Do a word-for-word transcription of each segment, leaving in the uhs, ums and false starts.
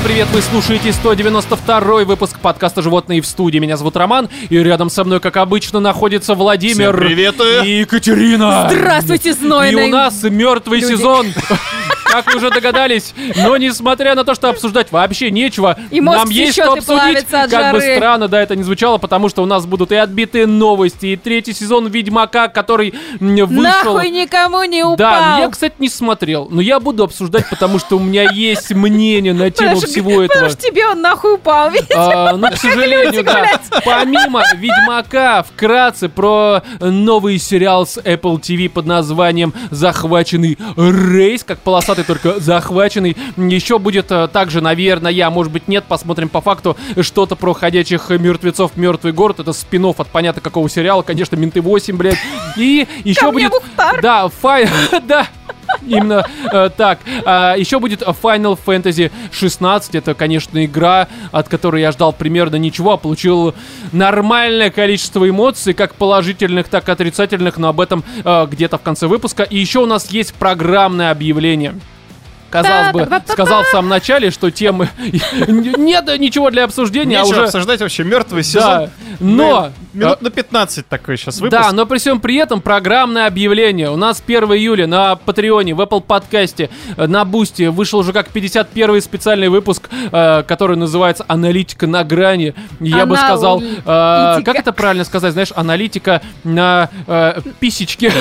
Всем привет, вы слушаете сто девяносто второй выпуск подкаста «Животные в студии». Меня зовут Роман, и рядом со мной, как обычно, находится Владимир. Всем привет. И Екатерина. Здравствуйте, знойный. И у нас мертвый люди. сезон. Как вы уже догадались, но несмотря на то, что обсуждать вообще нечего, и мозг нам есть что обсудить. От как жары. бы странно, да, это не звучало, потому что у нас будут и отбитые новости, и третий сезон Ведьмака, который вышел. Нахуй никому не упал. Да, я, кстати, не смотрел, но я буду обсуждать, потому что у меня есть мнение на тему Потому всего что- этого. Потому что тебе он нахуй упал, видите? А, ну, к сожалению, да. Помимо Ведьмака, вкратце про новый сериал с Apple ти ви под названием «Захваченный рейс», как полосатый, только захваченный. Еще будет а, также, наверное, я, может быть, нет, посмотрим по факту, что-то про ходячих мертвецов «Мертвый город». Это спин-офф от понятно какого сериала, конечно, «Менты восемь», блядь. И еще Ко мне будет... Мухтар. Да, фай... Да. Именно э, так. А, еще будет Final Fantasy шестнадцать. Это, конечно, игра, от которой я ждал примерно ничего, а получил нормальное количество эмоций, как положительных, так и отрицательных, но об этом э, где-то в конце выпуска. И еще у нас есть программное объявление. Казалось бы, сказал в самом начале, что темы нет ничего для обсуждения, а Нечего уже... обсуждать вообще мертвый Да, сезон. но... Минут на пятнадцать такой сейчас выпуск. Да, но при всем при этом программное объявление. У нас первого июля на Патреоне, в Apple подкасте, на Бусти вышел уже как пятьдесят первый специальный выпуск, э, который называется «Аналитика на грани». Я бы сказал, э, как это правильно сказать, знаешь, аналитика на э, писечке.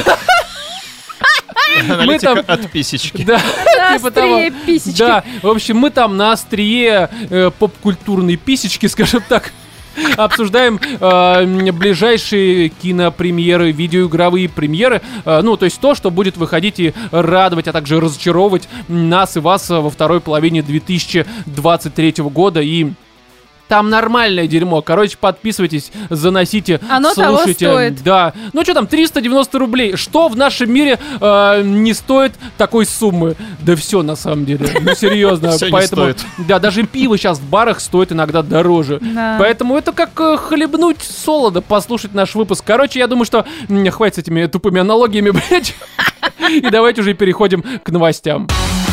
Аналитика мы там... от писечки. Да, На типа того. острие писечки. Да, в общем, мы там на острие э, поп-культурной писечки, скажем так, обсуждаем э, ближайшие кинопремьеры, видеоигровые премьеры. Э, ну, то есть то, что будет выходить и радовать, а также разочаровывать нас и вас во второй половине две тысячи двадцать третьего года. И там нормальное дерьмо. Короче, подписывайтесь, заносите, Оно того слушайте. стоит. Да. Ну что там, триста девяносто рублей. Что в нашем мире э, не стоит такой суммы? Да все, на самом деле. Ну, серьезно. Всё не Поэтому, стоит. да, даже пиво сейчас в барах стоит иногда дороже. Да. Поэтому это как э, хлебнуть солода, послушать наш выпуск. Короче, я думаю, что м, хватит с этими тупыми аналогиями, блядь. И давайте уже переходим к новостям.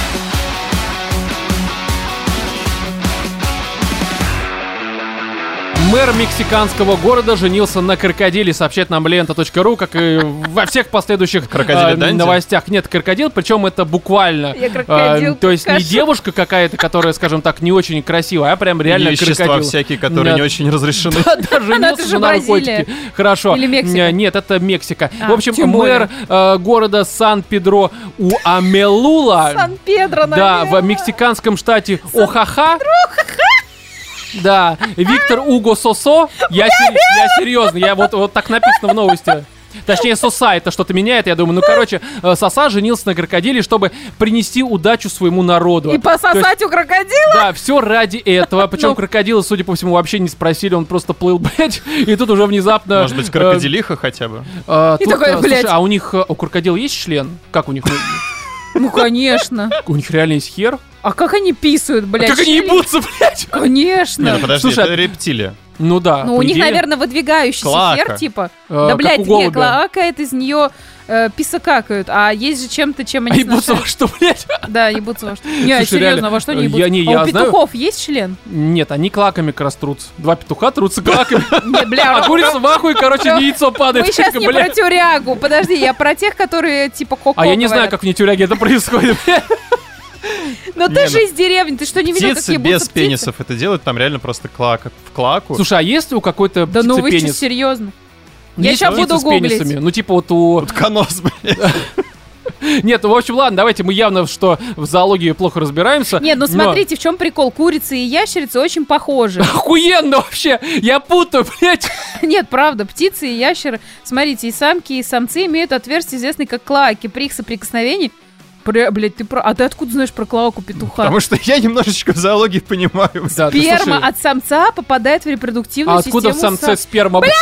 Мэр мексиканского города женился на крокодиле, сообщает нам лента точка ру, как и во всех последующих Крокодиле э, Данди? новостях. Нет, крокодил, причем это буквально. Я крокодил, э, то есть не покажу. девушка какая-то, которая, скажем так, не очень красивая, а прям реально Или вещества крокодил. всякие, которые Да. не очень разрешены. Да, да, Ну, это женился же же на Бразилия. наркотики. Хорошо. Или Мексика? Не, Нет, это Мексика. А, В общем, тем мэр э, города Сан-Педро Уамелула. Сан-Педро, Да, наверное. в мексиканском штате Охаха. Да, Виктор Уго Сосо. Я, сер- я серьезно, я вот, вот так написано в новости. Точнее, Соса это что-то меняет, я думаю. Ну, короче, э, Соса женился на крокодиле, чтобы принести удачу своему народу. И пососать То есть, у крокодила? да, все ради этого. Причем Ну. крокодила, судя по всему, вообще не спросили, он просто плыл, блядь. И тут уже внезапно... Может быть, э, крокодилиха хотя бы. э, И тут, такой, э, блядь. слушай, а у них, э, у крокодила есть член? Как у них? Ну, конечно. У них реально есть хер? А как они писают, блядь? Как они член? ебутся, блядь? Не, Конечно. ну подожди, Слушай, это рептилия. Ну да. Ну, по у них, идее. наверное, выдвигающийся Клоака. хер, типа. Э, Да, как блядь, у не, голубя. клоакает из нее э, писакакают. А есть же чем-то, чем А они ебутся во сношаются. что, блядь? Да, ебутся во что. Не, Слушай, серьезно, реально, во что не я ебутся? не- А я у знаю- петухов есть член? Нет, они клаками как раз трутся. Два петуха трутся клаками. Не, бля, А курица в ахуе, короче, не яйцо падает. мы сейчас не про Блядь. тюрягу. Подожди, я про тех, которые типа коко А я не знаю, говорят. как в нетюряге это происходит. Но Не, ты ну, же из деревни, ты что, не видел, как Птицы ебутся без птицы? пенисов это делают, там реально просто клака, в клаку. Слушай, а есть у какой-то Да ну птицы вы что, пенис? серьезно? Я Есть щас птицы буду с гуглить. пенисами? Ну, типа вот у... Утконос, блядь. Нет, ну, в общем, ладно, давайте мы явно, что в зоологии плохо разбираемся. Нет, ну но- смотрите, в чем прикол. Курицы и ящерицы очень похожи. Охуенно вообще! Я путаю, блядь! Нет, правда, птицы и ящеры. Смотрите, и самки, и самцы имеют отверстия, известные как клоаки. При их соприкосновении... Бля, блядь, ты про... А ты откуда знаешь про клоаку петуха? Потому что я немножечко в зоологии понимаю. Да, ты Сперма слушай, от самца попадает в репродуктивную а откуда в систему самце сам- сперма, блядь?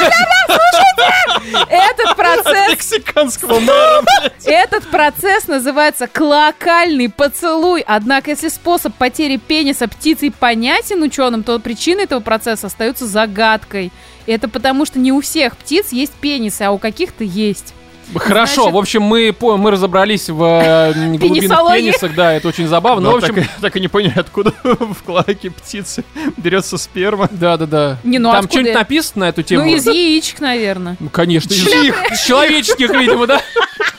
Этот процесс, Мексиканского мэра, блядь. этот процесс называется клоакальный поцелуй. Однако, если способ потери пениса птицей понятен ученым, то причины этого процесса остаются загадкой. И это потому, что не у всех птиц есть пенисы, а у каких-то есть. Хорошо, Значит- в общем, мы, по- мы разобрались в э, глубинах Пенисологии. пенисах, да, это очень забавно. Но Ну, в общем, так, и- так и не поняли, откуда в клаке птицы берется сперма. да-да-да. Не, ну Там откуда что-нибудь я- написано на эту тему? Ну, из яичек, наверное. Ну, конечно, из Шлях. их, из человеческих, видимо, да?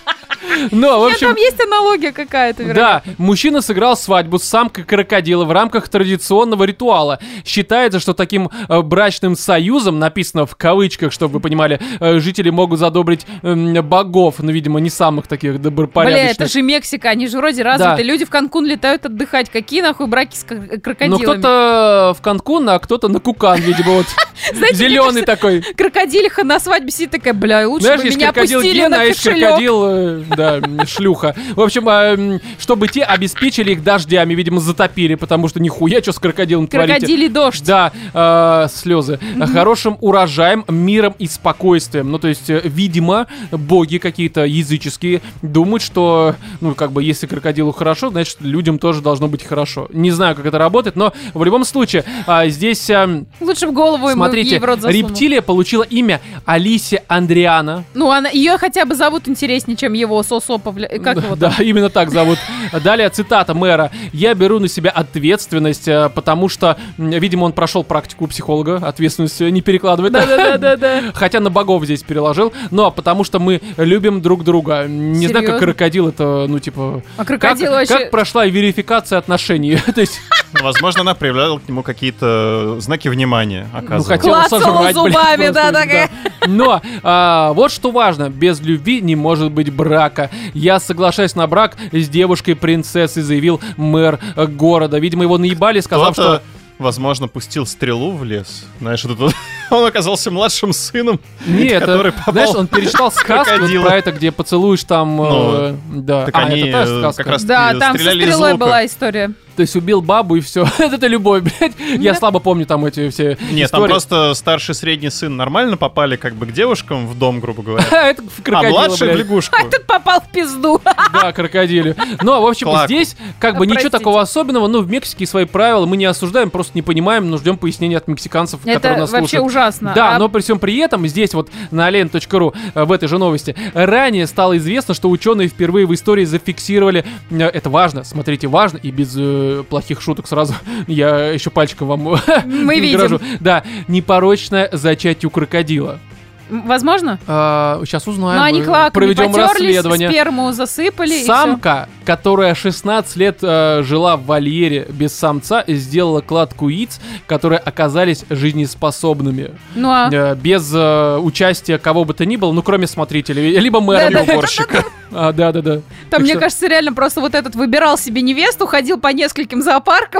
Ну, в Нет, общем, там есть аналогия какая-то, да, вероятно. мужчина сыграл свадьбу с самкой крокодила в рамках традиционного ритуала. Считается, что таким э, брачным союзом, написано в кавычках, чтобы вы понимали, э, жители могут задобрить эм, богов, ну, видимо, не самых таких Бля, добропорядочных. это же Мексика, они же вроде развитые. Люди в Канкун летают отдыхать. Какие нахуй браки с кр- Ну, крокодилами? кто-то в Канкун, а кто-то на Кукан, видимо, вот. Знаете, мне Зеленый кажется, такой. Крокодилиха на свадьбе сидит такая, бля, лучше Знаешь, бы есть меня крокодил пустили Гена, на а есть кошелек. крокодил, э, да, шлюха. В общем, а, м, чтобы те обеспечили их дождями, видимо, затопили, потому что нихуя, что с крокодилом творите. Крокодилий дождь. Да, э, слезы. Хорошим урожаем, миром и спокойствием. Ну, то есть, э, видимо, боги какие-то языческие думают, что, ну, как бы, если крокодилу хорошо, значит, людям тоже должно быть хорошо. Не знаю, как это работает, но в любом случае, а, здесь... а, Лучше в голову ему Смотрите, ей в рот засунул. рептилия получила имя Алисия Андриана. Ну, она, ее хотя бы зовут интереснее, чем его Сосо Павля... Как его Да, там? именно так зовут. Далее цитата мэра. «Я беру на себя ответственность, э, потому что, м, видимо, он прошел практику у психолога, ответственность э, не перекладывает». Да-да-да-да. Хотя на богов здесь переложил. Но потому что мы любим друг друга. Не знаю, как Серьезно? крокодил это, ну, типа... А Как, крокодил вообще... как прошла верификация отношений? То есть, Ну, возможно, она проявляла к нему какие-то знаки внимания, ну, оказывается. хотела Клацала сожрать, блядь, зубами, просто, да, такая. да. Но а, вот что важно, без любви не может быть брака. Я соглашаюсь на брак с девушкой-принцессой, заявил мэр э, города. Видимо, его наебали, сказав, Кто-то, что... возможно, пустил стрелу в лес. Знаешь, это тут- он оказался младшим сыном. Нет, который это, попал знаешь, он перечитал сказку вот крокодила. про это, где поцелуешь там... э, да. Так А, они это та э, сказка. как раз Да, там со стреляли из стрелой лука. была история. То есть убил бабу и все. Это любовь, блядь. Я Нет. слабо помню там эти все Нет, там истории. просто старший средний сын нормально попали как бы к девушкам в дом, грубо говоря. Это в А крокодила, младший в блядь. лягушку. А тут попал в пизду. Да, крокодили. Но, в общем, Клаку. здесь как бы ничего Простите. такого особенного. Ну, в Мексике свои правила. Мы не осуждаем, просто не понимаем, но ждем пояснения от мексиканцев, которые Это нас вообще слушают. ужасно. Да, А но при всем при этом здесь вот на ален точка ру э, в этой же новости ранее стало известно, что ученые впервые в истории зафиксировали, э, это важно, смотрите, важно, и без э, плохих шуток сразу, я еще пальчиком вам Мы видим. грожу. Да, непорочное зачатие у крокодила. М, Возможно? А, сейчас узнаем. Но они э, клаками проведем потерлись, расследование. сперму засыпали, и всё. Самка, которая шестнадцать лет э, жила в вольере без самца, сделала кладку яиц, которые оказались жизнеспособными. Ну а... Э, без э, участия кого бы то ни было, ну, кроме смотрителей, либо мэра, Да-да-да. либо уборщика. А, да-да-да. Там, Так мне что- кажется, реально просто вот этот выбирал себе невесту, ходил по нескольким зоопаркам.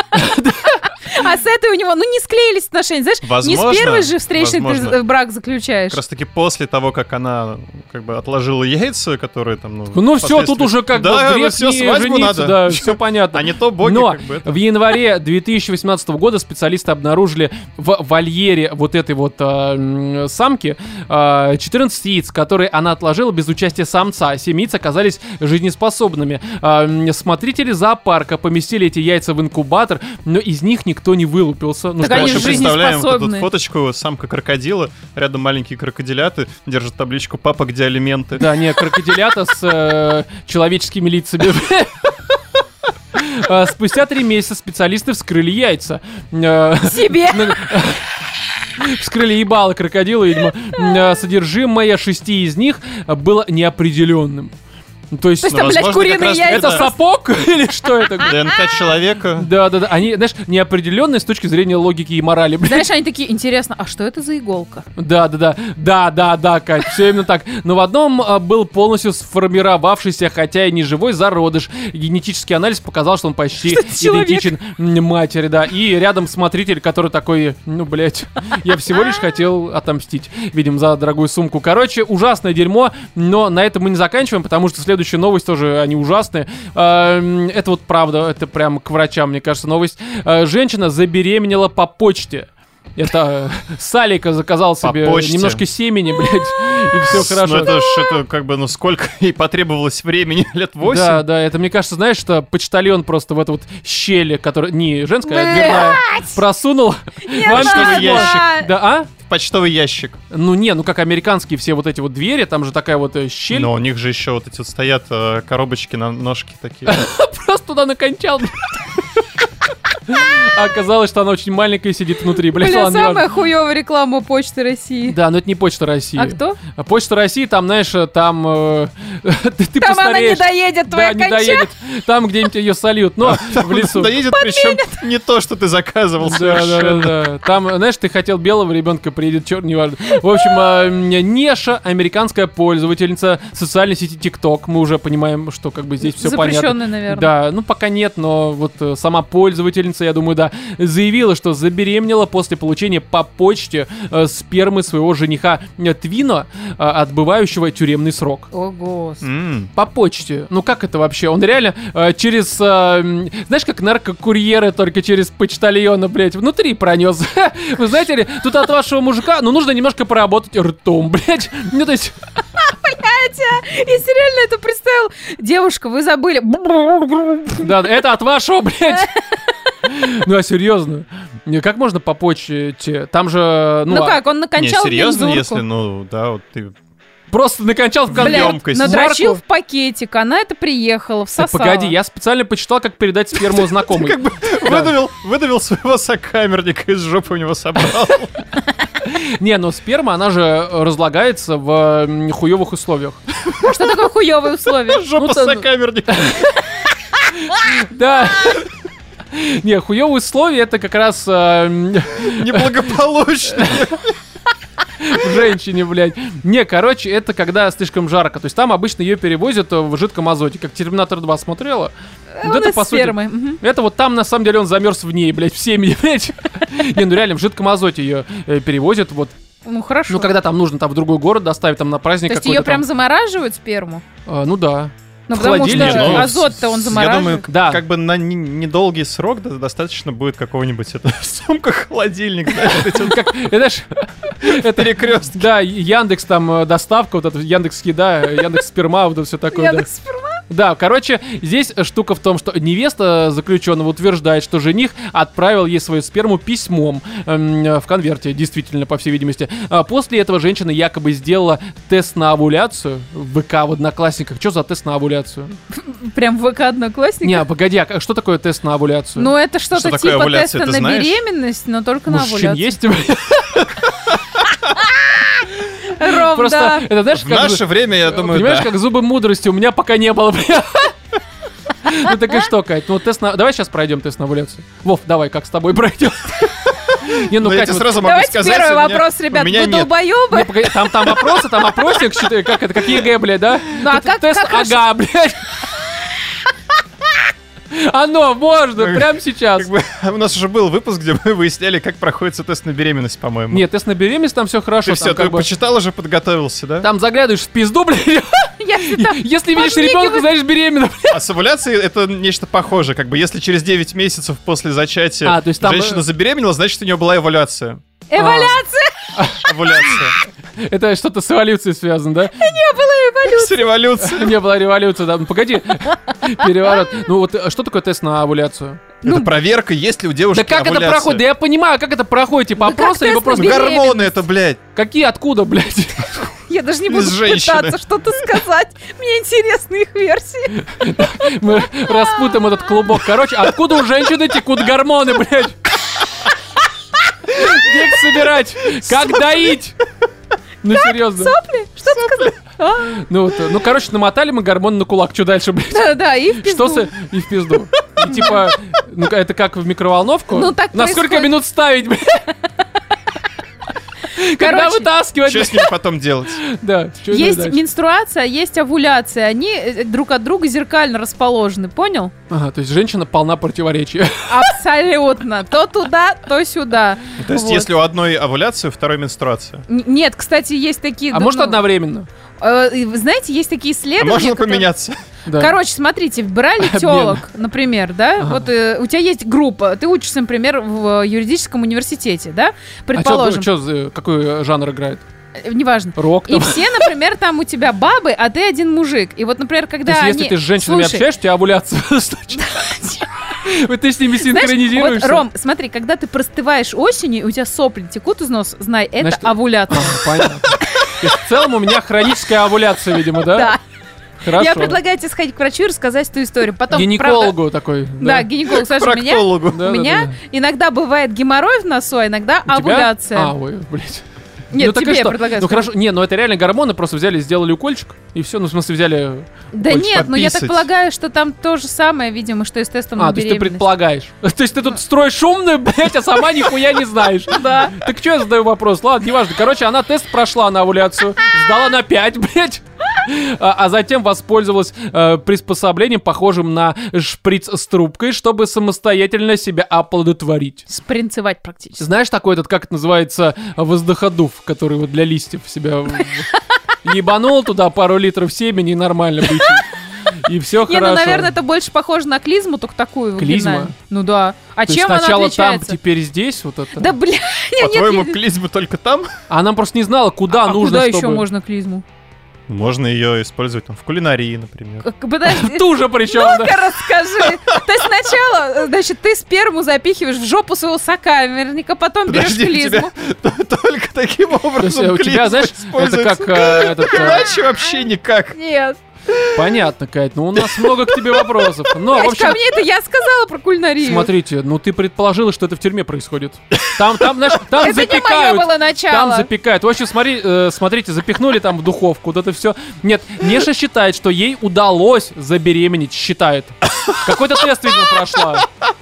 А с этой у него, ну, не склеились отношения. Знаешь, не Возможно, с первой же встречной ты возможно. э, брак заключаешь. Как раз таки после того, как она как бы отложила яйца, которые там, ну... Ну все, тут впоследствии- уже как да, бы грех все, не свадьбу жениться, надо. да, все понятно. А не то боги Но как бы... это- в январе две тысячи восемнадцатого года специалисты обнаружили в вольере вот этой вот а, м, самки а, четырнадцать яиц, которые она отложила без участия самца. семь яиц оказались жизнеспособными. А, м, смотрители зоопарка поместили эти яйца в инкубатор, но из них никто не вылупился. Ну, Так что они Мы вообще же представляем вот эту жизнеспособны. фоточку, самка крокодила, рядом маленькие крокодиляты, держат табличку «Папа, где алименты?». Да, не, крокодилята с э, человеческими лицами. А, Спустя три месяца специалисты вскрыли яйца. Э, Себе. Вскрыли ебало крокодила, видимо. Э, Содержимое шести из них было неопределенным. Ну, То есть, То есть там, Ну, блядь, возможно, как куриные раз яйца. это сапог или что это? ДНК человека. Да, да, да. Они, знаешь, неопределенные с точки зрения логики и морали, блядь. Знаешь, они такие, интересно, а что это за иголка? Да, да, да, да, да, да, Кать, все именно так. Но в одном а, был полностью сформировавшийся, хотя и не живой зародыш. Генетический анализ показал, что он почти Что это человек? идентичен м, матери, да. И рядом смотритель, который такой, ну, блядь, я всего лишь хотел отомстить, видимо, за дорогую сумку. Короче, ужасное дерьмо, но на этом мы не заканчиваем, потому что следующая новость тоже, они ужасные. А, м, Это вот правда, это прям к врачам, мне кажется, новость. А, Женщина забеременела по почте. Это э, Салика заказал По себе почте. немножко семени, блядь, и все Ну хорошо. это ж, это как бы, ну сколько ей потребовалось времени, лет восемь? Да, да, это, мне кажется, знаешь, что почтальон просто в эту вот щель, которая не женская, а Блядь! дверная, просунул. Не Вам надо! что, ящик? Да, а? в почтовый ящик. Ну не, ну как американские все вот эти вот двери, там же такая вот э, щель. Но у них же еще вот эти вот стоят э, коробочки на ножки такие. Просто туда накончал. А оказалось, что она очень маленькая и сидит внутри. Блин, Бля, ладно, не самая важно. хуёвая реклама Почты России. Да, но это не Почта России. А кто? А Почта России, там, знаешь, там... э, ты ты Там она не постареешь. доедет, твоя Да, не конча. доедет. Там где-нибудь ее сольют, но в лесу. Доедет, причем не то, что ты заказывал Да, да, да, совершенно. да. Там, знаешь, ты хотел белого ребенка, приедет черный, неважно. В общем, а, Неша, американская пользовательница социальной сети TikTok. Мы уже понимаем, что как бы здесь все понятно. Запрещенный, наверное. Да, ну пока нет, но вот э, сама пользовательница, я думаю, да, заявила, что забеременела после получения по почте э, спермы своего жениха э, Твино, э, отбывающего тюремный срок. О, господи. М. По почте. Ну как это вообще? Он реально э, через... э, м, знаешь, как наркокурьеры, только через почтальона, блядь, внутри пронес. Вы знаете ли, тут от вашего мужика, ну, нужно немножко поработать ртом, блядь. Ну, то есть... Если реально это представил. Девушка, вы забыли. Да, это от вашего, блядь. Ну, а серьезно? Не, Как можно по почте? Там же... Ну, Ну а, как, он Не, накончал серьезно, мензурку. если, ну, да, вот ты... просто накончал в Бля, конверт. емкость. надрочил Марку. в пакетик, она это приехала, Так, всосала. погоди, я специально почитал, как передать сперму знакомой. Как бы выдавил, выдавил своего сокамерника из жопы у него собрал. Не, но сперма, она же разлагается в м, хуёвых условиях. А что такое хуёвые условия? Жопа Ну, то- сокамерника. Да. Не, хуёвые условия это как раз э, м, Неблагополучно. в женщине, блядь. Не, короче, это когда слишком жарко. То есть там обычно ее перевозят в жидком азоте. Как Терминатор два смотрела. Вот Он это, из по сути, спермы. Мгм. это вот там, на самом деле, он замерз в ней, блядь, в семье, блядь. Не, ну реально, в жидком азоте ее э, перевозят, вот. Ну хорошо. Ну, когда там нужно там в другой город доставить, там на праздник То есть какой-то ее прям там. замораживают сперму? А, ну да. Ну В потому холодильнике, что ну, азот-то он Я думаю, замораживает. к- Да. как бы на не- недолгий срок да, достаточно будет какого-нибудь это, сумка-холодильник, знаешь, вот эти вот Как, э, знаешь, это перекрестки. да, Яндекс там э, доставка, вот это Яндекс Еда, Яндекс Сперма, вот это все такое. да. Яндекс.Сперма. Да, короче, здесь штука в том, что невеста заключенного утверждает, что жених отправил ей свою сперму письмом эм, в конверте, действительно, по всей видимости. А после этого женщина якобы сделала тест на овуляцию в ВК в Одноклассниках. Что за тест на овуляцию? Прям в ВК одноклассник. Не, погоди, а что такое тест на овуляцию? Ну это что-то Что такое типа овуляция, теста ты на знаешь? беременность, но только на Мужчин овуляцию. есть? Ром, Просто, да. это знаешь, В как... наше время, я думаю, Понимаешь, да. как зубы мудрости у меня пока не было, бля. Ну так и что, Кать? Ну тест на... Давай сейчас пройдем тест на овуляцию. Вов, давай, как с тобой пройдем? Не, ну Но я Кать, тебе вот- сразу могу Давайте сказать, первый у меня- вопрос, ребят. у меня Вы нет. долбоёбы? Не, погоди, там, там вопросы, там опросик, считай, как это, как ЕГЭ, блядь, да? Ну, а Тут как- тест, как хорошо- ага, блядь. Оно, можно, прямо сейчас. Как бы, у нас уже был выпуск, где мы выясняли, как проходит тест на беременность, по-моему. Нет, тест на беременность, там все хорошо. Ты там все, как ты бы- почитал уже, подготовился, да? Там заглядываешь в пизду, блядь. Если там Если видишь подмигивает. ребенка, значит беременна. А с овуляцией это нечто похожее. Как бы если через девять месяцев после зачатия А, то есть там, женщина э, забеременела, значит, у нее была эволюция. эволюция, Овуляция. Это что-то с эволюцией связано, да? не было эволюции. С революцией. Не была революция, да. Ну, погоди. Переворот. Ну вот э, что такое тест на овуляцию? Это проверка, есть ли у девушки Да как это овуляция. проходит? Да я понимаю, как это проходит. Типа Да как опросы, либо тест на просто... Ну, беременность. гормоны это, блядь. Какие, откуда, блядь? Я даже не Из буду женщины. пытаться что-то сказать. Мне интересны их версии. Мы распутаем этот клубок. Короче, откуда у женщины текут гормоны, блядь? Где их собирать? Как доить? Ну, серьезно. Сопли? Что ты сказал? А, Ну, вот, э, ну, короче, намотали мы гормон на кулак. Что дальше, блядь? Да, да, и в Что пизду. с... И в пизду. И типа, ну, это как в микроволновку? Ну, так На сколько происходит. минут ставить, блядь? Когда Короче, вытаскивать? Что с ним потом делать? Да. чё Есть дальше? менструация, а есть овуляция. Они э, друг от друга зеркально расположены, понял? Ага, то есть женщина полна противоречий. Абсолютно. То туда, то сюда. То есть, Вот. если у одной овуляция, у второй менструация. Н- Нет, кстати, есть такие... А ну, может ну, одновременно? э, и вы знаете, есть такие А исследования... можно которые- поменяться? Да. Короче, смотрите, брали Обмен. телок, например, да, Ага. вот э, у тебя есть группа, ты учишься, например, в э, юридическом университете, да, А предположим, чё, чё, какой жанр играет? э, неважно. Рок И там? все, например, там у тебя бабы, а ты один мужик. И вот, например, То когда есть, они... если ты с женщинами Слушай, общаешься, у тебя овуляция случится. Вот ты с ними Знаешь, синхронизируешься. вот, Ром, смотри, когда ты простываешь осенью, и у тебя сопли текут из носа, знай, это Значит, овуляция. А, понятно. То есть в целом у меня хроническая овуляция, видимо, да? Да. Хорошо. Я предлагаю тебе сходить к врачу и рассказать эту историю. Потом, Гинекологу такой. правда- Да, гинеколог. Слушай, у меня, Проктологу. Да, у да, меня да. иногда бывает геморрой в носу, а иногда У тебя? овуляция. А, ой, блядь. Нет, Ну, так и тебе я что? предлагаю Ну сказать. хорошо, не, ну это реально гормоны, просто взяли, сделали укольчик, и все, ну в смысле взяли... Да Хочешь нет, ну я так пописать? полагаю, что там то же самое, видимо, что и с тестом А, на то есть ты беременность. предполагаешь. То есть ты тут строишь умную, блядь, а сама нихуя не знаешь. Да. Так что я задаю вопрос? Ладно, неважно. Короче, она тест прошла на овуляцию, сдала на пять, блядь. А, а затем воспользовалась э, приспособлением, похожим на шприц с трубкой, чтобы самостоятельно себя оплодотворить. Спринцевать практически. Знаешь такой этот, как это называется, воздуходув, который вот для листьев себя в- ебанул туда пару литров семени и нормально быть. И все Не, хорошо. ну, наверное, это больше похоже на клизму, только такую. Клизма? вагинальную. Ну да. А То есть чем она сначала там, отличается? теперь здесь, вот это. Да, бля, нет, По-твоему, нет, клизма только там? А она просто не знала, куда а нужно, куда чтобы... еще можно клизму? Можно ее использовать там в кулинарии, например. Как- Подожди, Ту же причем, да. ну-ка расскажи. То есть сначала, значит, ты сперму запихиваешь в жопу своего сока, наверняка потом берешь Подожди, у клизму. тебя только таким То есть образом у тебя, клизма знаешь, это используется. как э, этот... э, Иначе вообще никак. Нет. Понятно, Кать, ну у нас много к тебе вопросов. Но, в Блядь, общем, ко мне это я сказала про кулинарию. смотрите, ну ты предположила, что это в тюрьме происходит. Там, там, знаешь, там Это не мое запекают. было Там начало. запекают. В общем, смотри, э, смотрите, запихнули там в духовку, вот это все. Нет, Неша считает, что ей удалось забеременеть, считает. Какой-то тест, видимо, прошла.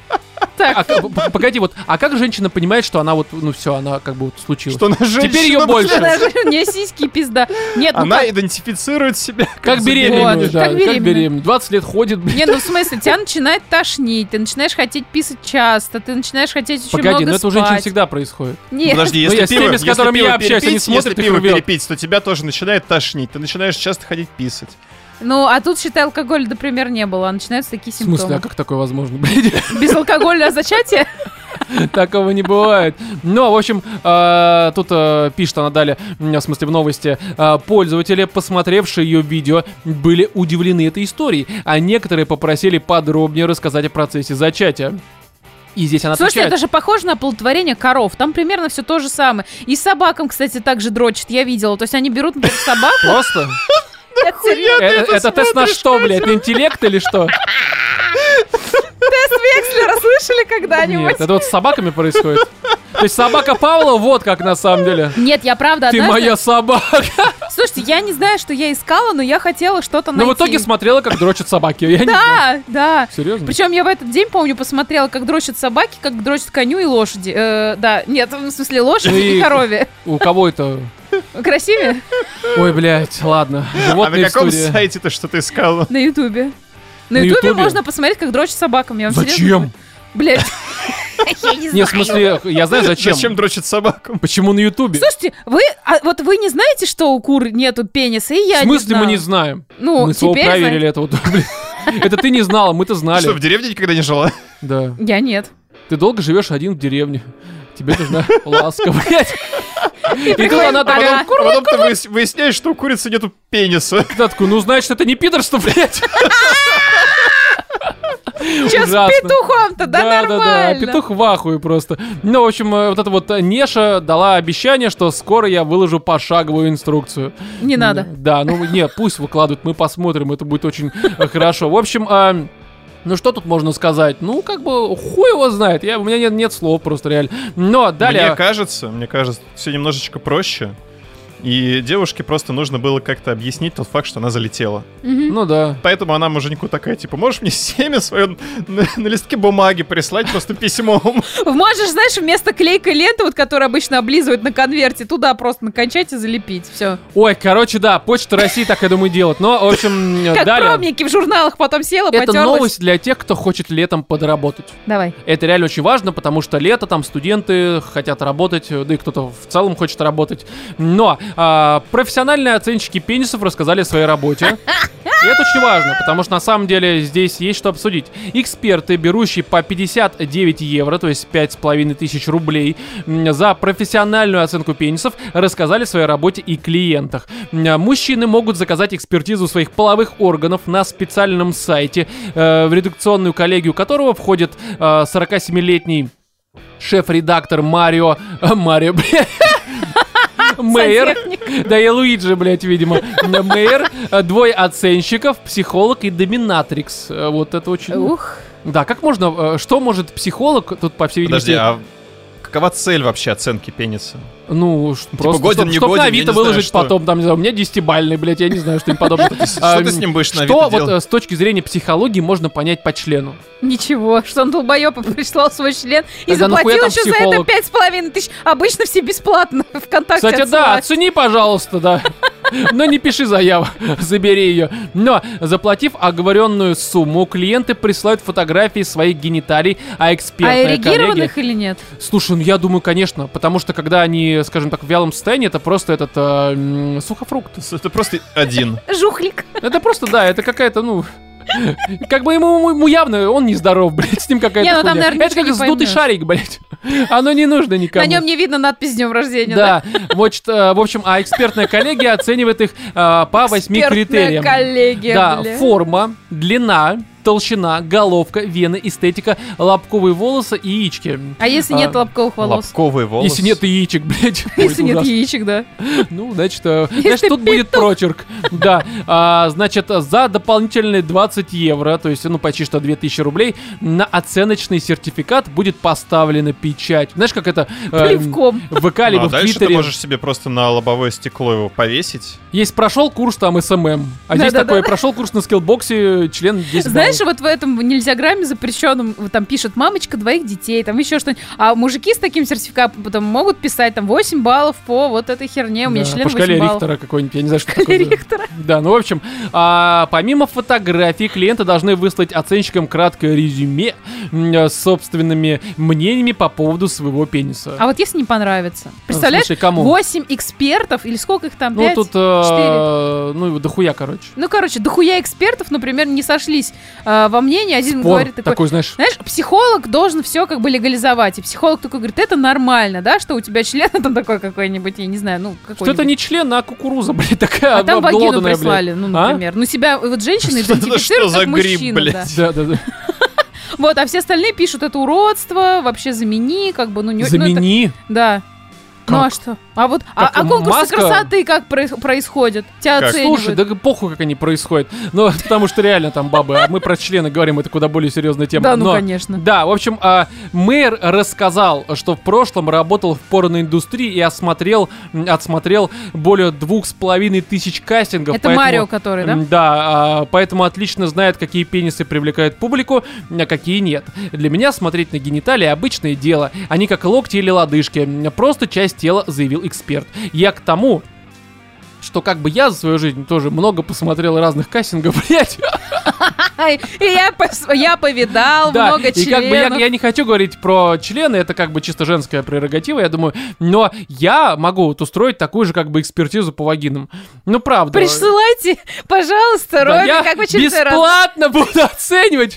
Так, А, п- п- погоди, вот, а как женщина понимает, что она вот, ну все, она как бы вот случилась? Что она женщина. Теперь её больше. даже у меня сиськи пизда. Нет, ну Она как? идентифицирует себя Как за беременную, Вот, да, как как беременную. беременную. двадцать лет ходит, блин. Не, ну в смысле, тебя начинает тошнить, ты начинаешь хотеть писать часто, ты начинаешь хотеть очень Погоди, много но это у женщин спать. всегда происходит. Нет. Подожди, Ну, если я с пиво, теми, с если которыми пиво я общаюсь, они перепить, смотрят если и пиво рвёт. перепить, то тебя тоже начинает тошнить. Ты начинаешь часто ходить писать. Ну, а тут, считай, алкоголя, например, не было, а начинаются такие В смысле, а симптомы. как такое возможно, блядь? Без алкоголя зачатие? Такого не бывает. Ну, в общем, э, тут э, пишет она далее, м, в смысле в новости, э, пользователи, посмотревшие ее видео, были удивлены этой историей, а некоторые попросили подробнее рассказать о процессе зачатия. И здесь она Слушайте, отвечает. это же похоже на оплодотворение коров. Там примерно все то же самое. И собакам, кстати, также дрочат, я видела. То есть они берут, например, собаку. Просто? Это серьезно. Э, Это тест на что, блядь? На интеллект или что? Тест Векслера слышали когда-нибудь? Нет, это вот с собаками происходит. То есть собака Павла вот как на самом деле. Нет, я правда Ты однажды... моя собака. Слушайте, я не знаю, что я искала, но я хотела что-то найти. Но в итоге смотрела, как дрочат собаки. Я не знаю. Да, да. Серьезно? Причем я в этот день, помню, посмотрела, как дрочат собаки, как дрочат коню и лошади. Э, да, нет, в смысле лошади Ну и- и корове. У кого это? Красивее? Ой, блядь, ладно. А на Животные в каком студии. сайте-то что ты искала? На Ютубе. На На Ютубе Ютубе? можно посмотреть, как дрочат собакам. Я вам серьезно Зачем? говорю. Блядь. Я не Не, знаю. в смысле, я знаю зачем. Зачем дрочит собакам? Почему на Ютубе? Слушайте, вы, а вот вы не знаете, что у кур нету пениса, и я В смысле не мы не знала. знаем? Ну, Мы своего теперь проверили это вот. блин. Это ты не знала, мы-то Что, в знали. деревне никогда не жила? Да. знаю. Я нет. Ты долго живешь один в деревне. Тебе нужна ласка, блядь. И тут приходит она такая, пора. А потом ты выяс- выясняешь, что у курицы нету пениса. она такая, ну значит это не пидорство, блядь. Че с Ужасно. петухом-то? Да, да, нормально. да, петух в ахуе просто. Ну, в общем, э, вот эта вот э, Неша дала обещание, что скоро я выложу пошаговую инструкцию. Не надо. Да, ну нет, пусть выкладывают, мы посмотрим, это будет очень э, хорошо. В общем, а, ну что тут можно сказать? Ну, как бы, хуй его знает, я, у меня нет, нет слов просто реально. Но далее... Мне кажется, мне кажется, все немножечко проще. И девушке просто нужно было как-то объяснить тот факт, что она залетела. Мгм. Ну да. Поэтому она муженьку такая, типа, можешь мне семя свое на, на листке бумаги прислать просто письмом? Можешь, знаешь, вместо клейкой ленты, вот, которую обычно облизывают на конверте, туда просто накончать и залепить. Все. Ой, короче, да, Почта России так, я думаю, делает. Но, в общем, Как далее... пробники в журналах потом села, Это потерлась. новость для тех, кто хочет летом подработать. Давай. Это реально очень важно, потому что лето, там студенты хотят работать, да и кто-то в целом хочет работать. Но А, профессиональные оценщики пенисов рассказали о своей работе. И это очень важно, потому что на самом деле здесь есть что обсудить. Эксперты, берущие по пятьдесят девять евро, то есть пять с половиной тысяч рублей, за профессиональную оценку пенисов, рассказали о своей работе и клиентах. Мужчины могут заказать экспертизу своих половых органов на специальном сайте, э, в редакционную коллегию которого входит э, сорокасемилетний шеф-редактор Марио... Э, Марио, блядь. Мэр, да и Луиджи, блядь, видимо. Мэр, двое оценщиков, психолог и доминатрикс. Вот это очень... Ух. Да, как можно... Что может психолог, тут, по всей видимости... Подожди, а какова цель вообще оценки пениса? Ну, ш- просто, годен, чтоб, не чтоб годен, на я не Авито знаю, выложить что. потом, там, не знаю, у меня десятибалльный, блядь, я не знаю, что им подобное. Что ты с ним будешь на Что Авито вот делать? э, с точки зрения психологии можно понять по члену? Ничего, что он долбоёб и прислал свой член и Тогда нахуя заплатил там еще за это психолог? пять с половиной тысяч. Обычно все бесплатно ВКонтакте Кстати, да, отсылают. оцени, пожалуйста, да. Но не пиши заяву, забери ее. Но, заплатив оговоренную сумму, клиенты присылают фотографии своих гениталий, а А экспертная коллегия... эрегированных или нет? Слушай, ну я думаю, конечно, потому что когда они, скажем так, в вялом состоянии, это просто этот э, м, сухофрукт. Это просто один. Жухлик. Это просто, да, это какая-то, ну... Как бы ему, ему явно, он нездоров, блядь, с ним какая-то Не, ну там, хуйня. наверное, Это как ничего не сдутый поймешь. шарик, блядь. Оно не нужно никому. На нем не видно надпись с днем рождения, да? Да, вот, э, в общем, а экспертная коллегия оценивает их э, по восьми Экспертная критериям. коллегия, Да, бля. форма, длина, толщина, головка, вены, эстетика, лобковые волосы и яички. А если А, нет лобковых волос? Лобковые волосы. Если нет яичек, блядь. ой, Если это нет ужасно. яичек, да. Ну, значит, э, значит тут будет прочерк. Да, а, значит, за дополнительные двадцать евро, то есть, ну, почти что две тысячи рублей, на оценочный сертификат будет поставлена печать. Знаешь, как это... э, Плевком. В ВК Ну, либо а в дальше ты Твиттере. можешь себе просто на лобовое стекло его повесить. Есть прошел курс там эс эм эм, а здесь Да-да-да. такой прошел курс на скиллбоксе, член десять Знаешь, баллов. вот в этом нельзяграмме запрещенном вот там пишет мамочка двоих детей, там еще что-нибудь. А мужики с таким сертификатом потом могут писать там восемь баллов по вот этой херне. У меня Да, член по шкале восемь баллов. Рихтера какой-нибудь, я не знаю, что Шкале такое. за- Рихтера. Да, ну, в общем, а, помимо фотографий, клиенты должны выслать оценщикам краткое резюме м, с собственными мнениями по поводу своего пениса. А вот если не понравится? Представляешь, Слушай, кому? восемь экспертов, или сколько их там, Ну, пять? тут, э, ну, дохуя, короче. Ну, короче, дохуя экспертов, например, не сошлись э, во мнении. Один Спор говорит такой, такой, знаешь, знаешь, психолог должен все как бы легализовать. И психолог такой говорит, это нормально, да, что у тебя член там такой какой-нибудь, я не знаю, ну, что какой-нибудь. это не член, а кукуруза, блядь, такая А там вагину обглоданная, прислали, блядь. ну, А? например. Ну, себя вот женщины Что это, идентифицируют что за как гриб, мужчину, блядь? да. Да, да, да. Вот, а все остальные пишут, это уродство, вообще замени, как бы, ну, не... ну, это- Замени. да. Ну, а Как? что? А вот, а, Как а конкурсы маска? красоты как проис- происходят? Тебя Как? оценивают. Слушай, да похуй, как они происходят. Ну, потому что реально там бабы, а мы про члены говорим, это куда более серьезная тема. Да, ну, Но- конечно. Да, в общем, а, мэр рассказал, что в прошлом работал в порноиндустрии и осмотрел, м, отсмотрел более двух с половиной тысяч кастингов. Это поэтому- Марио, который, да? М, Да, а, поэтому отлично знает, какие пенисы привлекают публику, а какие нет. Для меня смотреть на гениталии обычное дело. Они как локти или лодыжки. М, Просто часть тела, заявил эксперт. Я к тому, что как бы я за свою жизнь тоже много посмотрел разных кастингов, блять. Ай, И я, пос- я повидал Да, много и членов. как бы я, я не хочу говорить про члены, это как бы чисто женская прерогатива, я думаю, но я могу вот устроить такую же как бы экспертизу по вагинам. Ну, правда. Присылайте, пожалуйста, Да, Робби, я как в очередной раз. бесплатно буду оценивать.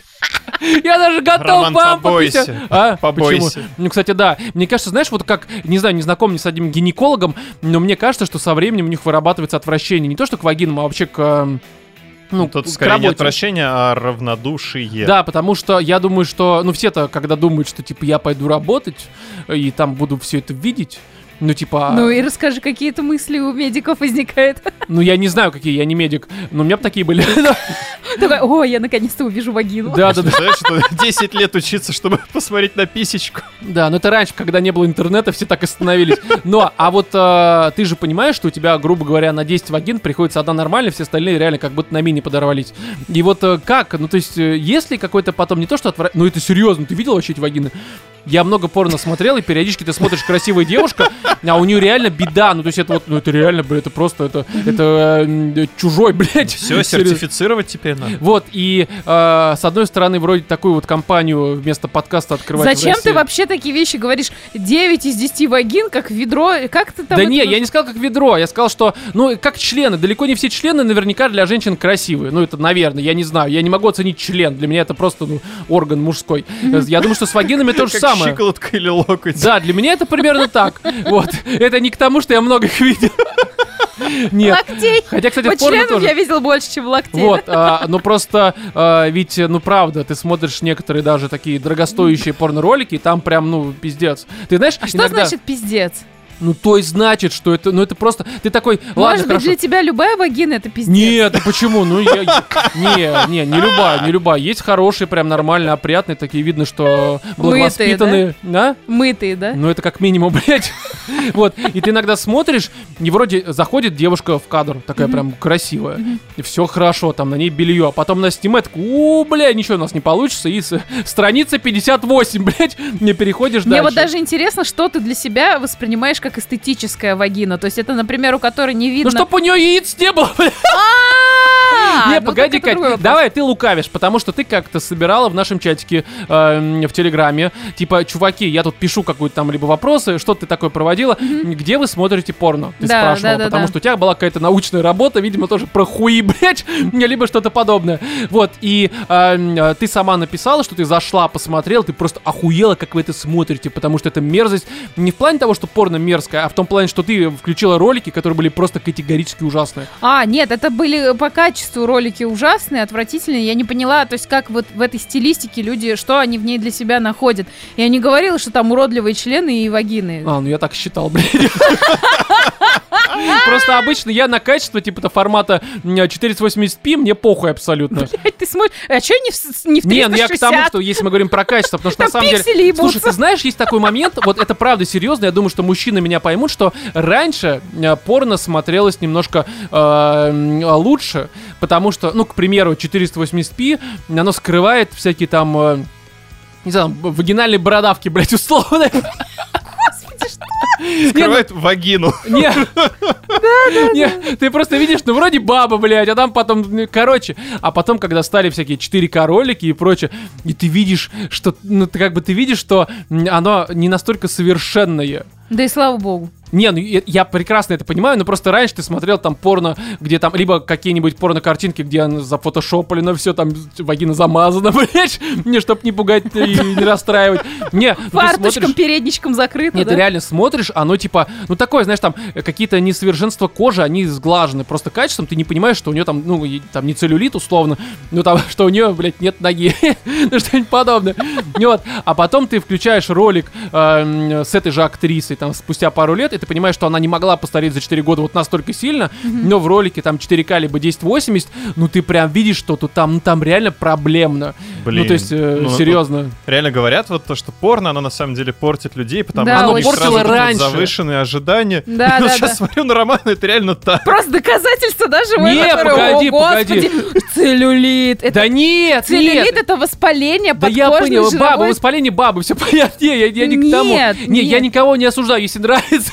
Я даже готов Роман, вам побойся. пописать. А? Побойся. Почему? Ну, кстати, да. Мне кажется, знаешь, вот как, не знаю, не знаком ни с одним гинекологом, но мне кажется, что со временем у них вырабатывается отвращение не то что к вагинам, а вообще к... эм, Ну, Тут к скорее не работе. отвращение, а равнодушие. Да, потому что я думаю, что, ну, все-то, когда думают, что, типа, я пойду работать, и там буду все это видеть, ну, типа... Ну и расскажи, какие-то мысли у медиков возникают. Ну, я не знаю, какие, я не медик, но у меня бы такие были. Такой, о, я наконец-то увижу вагину. Да, да, да. Представляешь, что десять лет учиться, чтобы посмотреть на писечку. Да, но это раньше, когда не было интернета, все так и становились. Но, а вот э, ты же понимаешь, что у тебя, грубо говоря, на десять вагин приходится одна нормальная, все остальные реально как будто на мини подорвались. И вот э, как? Ну, то есть, э, есть ли какой-то потом, не то что отвра... Ну, это серьезно, ты видел вообще эти вагины? я много порно смотрел, и периодически ты смотришь красивая девушка, а у нее реально беда. Ну, то есть это вот, ну, это реально, блядь, это просто, это, это э, чужой, блядь. Все, сертифицировать теперь надо. Вот, и э, с одной стороны, вроде такую вот компанию вместо подкаста открывать. Зачем ты вообще такие вещи говоришь? девять из десяти вагин, как ведро, как ты там... Да это... не, я не сказал как ведро, я сказал, что, ну, как члены, далеко не все члены наверняка для женщин красивые. Ну, это, наверное, я не знаю, я не могу оценить член, для меня это просто, ну, орган мужской. Я думаю, что с вагинами то же самое. Как щиколотка или локоть. Да, для меня это примерно так. Вот, это не к тому, что я много их видел. Нет. Локтей. Хотя, кстати, по в порно членам тоже. Я видел больше, чем локтей. Вот, а, ну просто, а, ведь, ну правда, ты смотришь некоторые даже такие дорогостоящие порно-ролики, и там прям, ну, пиздец. Ты знаешь, А что иногда... значит пиздец? Ну, то есть значит, что это, ну, это просто... Ты такой, ладно, Может быть, хорошо. для тебя любая вагина это пиздец? Нет, ну почему? Ну, я... Не, не, не любая, не любая. Есть хорошие, прям нормальные, опрятные, такие видно, что благовоспитанные. Да? Мытые, да? Ну, это как минимум, блядь. Вот, и ты иногда смотришь, и вроде заходит девушка в кадр, такая прям красивая, и все хорошо, там на ней белье, а потом она снимает, у, бля, ничего у нас не получится, и с... страница пятьдесят восемь, блядь, не переходишь дальше. Мне вот даже интересно, что ты для себя воспринимаешь как эстетическая вагина. То есть это, например, у которой не видно... Ну, чтоб у нее яиц не было, блядь. А, Не, ну погоди, так это другой Кать, вопрос. давай, ты лукавишь, потому что ты как-то собирала в нашем чатике э, в Телеграме, типа, чуваки, я тут пишу какую-то там либо вопросы, что ты такое проводила, где вы смотрите порно? Ты Да, спрашивала, да, да, потому да. что у тебя была какая-то научная работа, видимо, тоже про хуи, блядь, либо что-то подобное. Вот, и э, ты сама написала, что ты зашла, посмотрела, ты просто охуела, как вы это смотрите, потому что это мерзость не в плане того, что порно мерзкое, а в том плане, что ты включила ролики, которые были просто категорически ужасные. А, нет, это были по качеству ролики ужасные, отвратительные. Я не поняла, то есть как вот в этой стилистике люди, что они в ней для себя находят. Я не говорила, что там уродливые члены и вагины. А, ну я так считал, блядь. Просто обычно я на качество, типа, формата четыреста восемьдесят пи, мне похуй абсолютно. Блядь, ты смотришь, а что не в, не в триста шестьдесят? Не, ну я к тому, что если мы говорим про качество, потому что на Там самом пиксели деле... ебутся. Слушай, ты знаешь, есть такой момент, вот это правда серьезно, я думаю, что мужчины меня поймут, что раньше э, порно смотрелось немножко э, лучше, потому что, ну, к примеру, четыреста восемьдесят пи, оно скрывает всякие там... Э, не знаю, вагинальные бородавки, блядь, условно. Скрывает вагину. Не, не, ты просто видишь, ну вроде баба, блядь, а там потом, ну, короче, а потом, когда стали всякие четыре ка ролики и прочее, и ты видишь, что, ну ты как бы ты видишь, что м, оно не настолько совершенное. Да и слава богу. Не, ну я, я прекрасно это понимаю, но просто раньше ты смотрел там порно, где там, либо какие-нибудь порно-картинки, где зафотошоплено, все там, вагина замазана, блядь, не, чтоб не пугать и не расстраивать. Не, ну ты Фарточком, смотришь... передничком закрыто, Нет, да? ты реально смотришь, оно типа, ну такое, знаешь, там э, какие-то несовершенства кожи, они сглажены просто качеством, ты не понимаешь, что у нее там, ну, и- там не целлюлит условно, ну там, что у нее, блядь, нет ноги, ну что-нибудь подобное. Вот, а потом ты включаешь ролик э, м, с этой же актрисой, там, спустя пару лет, и ты понимаешь, что она не могла постареть за четыре года вот настолько сильно, но в ролике там четыре ка либо десять восемьдесят, ну ты прям видишь, что тут там, ну там реально проблемно. Блин. Ну то есть, э, Ну, серьезно. Реально говорят вот то, что порно, оно на самом деле портит людей, потому Да, что у очень. них сразу Портило вот эти раньше. завышенные ожидания. Да, Но да, сейчас да. смотрю на Романа, это реально так. Просто доказательство даже Не, погоди, О, господи, целлюлит. Это Да нет, целлюлит нет. это воспаление Да я подкожной понял, баба, жировой. воспаление бабы, все понятно. Не, я, я не к тому. Нет, Не, я нет. никого не осуждаю, если нравится.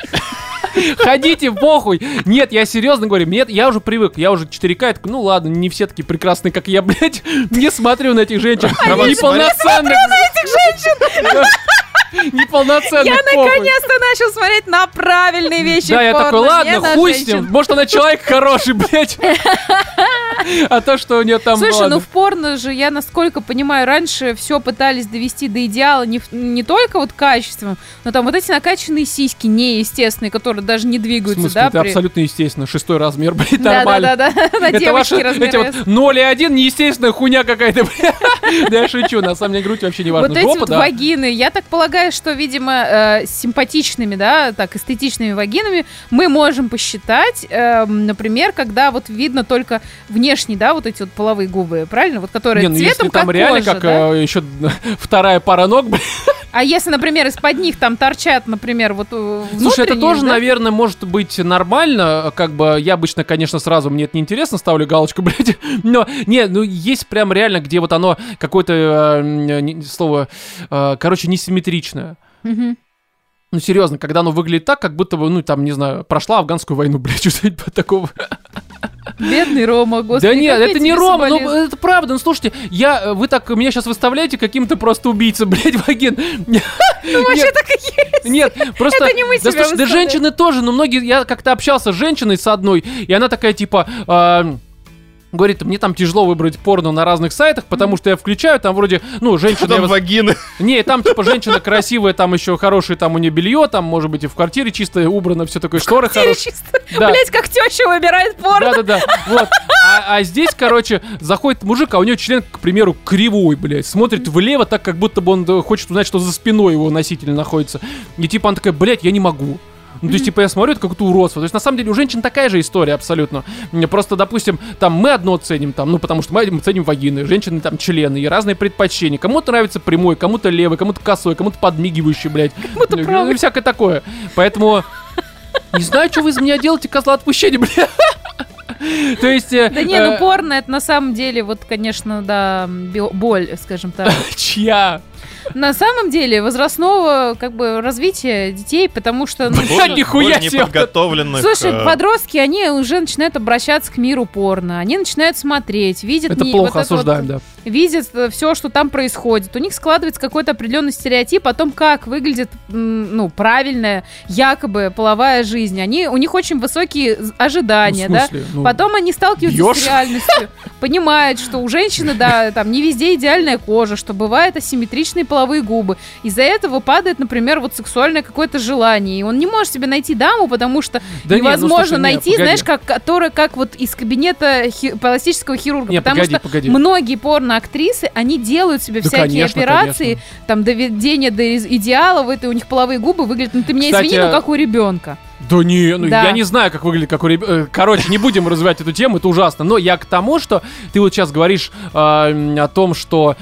Ходите, похуй. Нет, я серьезно говорю, нет, я уже привык, я уже четыре ка, я такой, ну ладно, не все такие прекрасные, как я, блядь. Не смотрю на этих женщин. Роман, Неполноценных. Этих женщин! Неполноценных. Я похуй. наконец-то начал смотреть на правильные вещи Да, в я порно, такой, не ладно, на хуй с женщин. ним. Может, она человек хороший, блядь. А то, что у нее там... Слушай, ладно. ну в порно же, я насколько понимаю, раньше все пытались довести до идеала не, в- не только вот качеством, но там вот эти накачанные сиськи неестественные, которые даже не В двигаются, смысле, да? это при- абсолютно естественно. Шестой размер, блядь, Да, нормально. да, да, да, на Это ваши, девочке эти размер вот ноль и один, неестественная хуйня какая-то, блядь. Да я шучу, на самом деле грудь вообще не важна. Вот эти Жопа, вот да. вагины, я так полагаю, что, видимо, э, с симпатичными, да, так, эстетичными вагинами мы можем посчитать, эм, например, когда вот видно только внешне, да, вот эти вот половые губы, правильно? Вот которые Не, ну если цветом там как реально кожа, как да? э, еще вторая пара ног, блядь, А если, например, из-под них там торчат, например, вот Слушай, это тоже, да? наверное, может быть нормально. Как бы я обычно, конечно, сразу мне это неинтересно, ставлю галочку, блядь. Но, не, ну есть прям реально, где вот оно какое-то, э, слово, э, короче, несимметричное. Угу. Ну, серьезно, когда оно выглядит так, как будто бы, ну, там, не знаю, прошла афганскую войну, блядь, что-то такого. Бедный Рома, господи. Да нет, это не Рома, ну это правда, ну слушайте, я, вы так меня сейчас выставляете каким-то просто убийцей, блядь, вагин. Ну вообще так и есть. Нет, просто... Это не мы себя Да слушай, да женщины тоже, но многие, я как-то общался с женщиной с одной, и она такая типа... Говорит, мне там тяжело выбрать порно на разных сайтах, потому что я включаю, там вроде, ну, женщина... Там я... вагины. Не, там типа женщина красивая, там еще хорошее, там у нее белье, там, может быть, и в квартире чисто убрано, все такое, шторы хорошие. Да. Блять, как теща выбирает порно. Да-да-да, вот. А, а здесь, короче, заходит мужик, а у него член, к примеру, кривой, блядь, смотрит влево так, как будто бы он хочет узнать, что за спиной его носитель находится. И типа она такая, блядь, я не могу. Ну, то есть, типа, я смотрю, это какое-то уродство. То есть, на самом деле, у женщин такая же история абсолютно. Просто, допустим, там мы одно ценим, там, ну, потому что мы ценим вагины, женщины там члены и разные предпочтения. Кому-то нравится прямой, кому-то левый, кому-то косой, кому-то подмигивающий, блядь. Кому-то правый. И всякое такое. Поэтому, не знаю, что вы из меня делаете, козла отпущения, блядь. То есть... Да не, ну порно, это на самом деле, вот, конечно, да, боль, скажем так. Чья? На самом деле возрастного как бы развития детей, потому что... Ну, Бля, нихуя себе! Неподготовленных... Слушай, подростки, они уже начинают обращаться к миру порно, они начинают смотреть, видят... Это не, плохо, вот осуждаем, вот, да. Видят все, что там происходит. У них складывается какой-то определенный стереотип о том, как выглядит, ну, правильная, якобы половая жизнь. Они, у них очень высокие ожидания, ну, в смысле? да? Ну, Потом они сталкиваются бьёшь? с реальностью, понимают, что у женщины, да, там не везде идеальная кожа, что бывают асимметричные половые губы. Из-за этого падает, например, вот сексуальное какое-то желание. И он не может себе найти даму, потому что да невозможно не, ну, слушай, найти, не, знаешь, как, которая как вот из кабинета хи- пластического хирурга. Не, потому погоди, что погоди. многие порноактрисы, они делают себе Да, всякие конечно, операции, конечно. там, доведение до из- идеала, вот, и у них половые губы выглядят, ну ты меня Кстати, извини, ну как у ребенка. Да не, ну Да. я не знаю, как выглядит, как у ребенка. Короче, не будем развивать эту тему, это ужасно. Но я к тому, что ты вот сейчас говоришь э, о том, что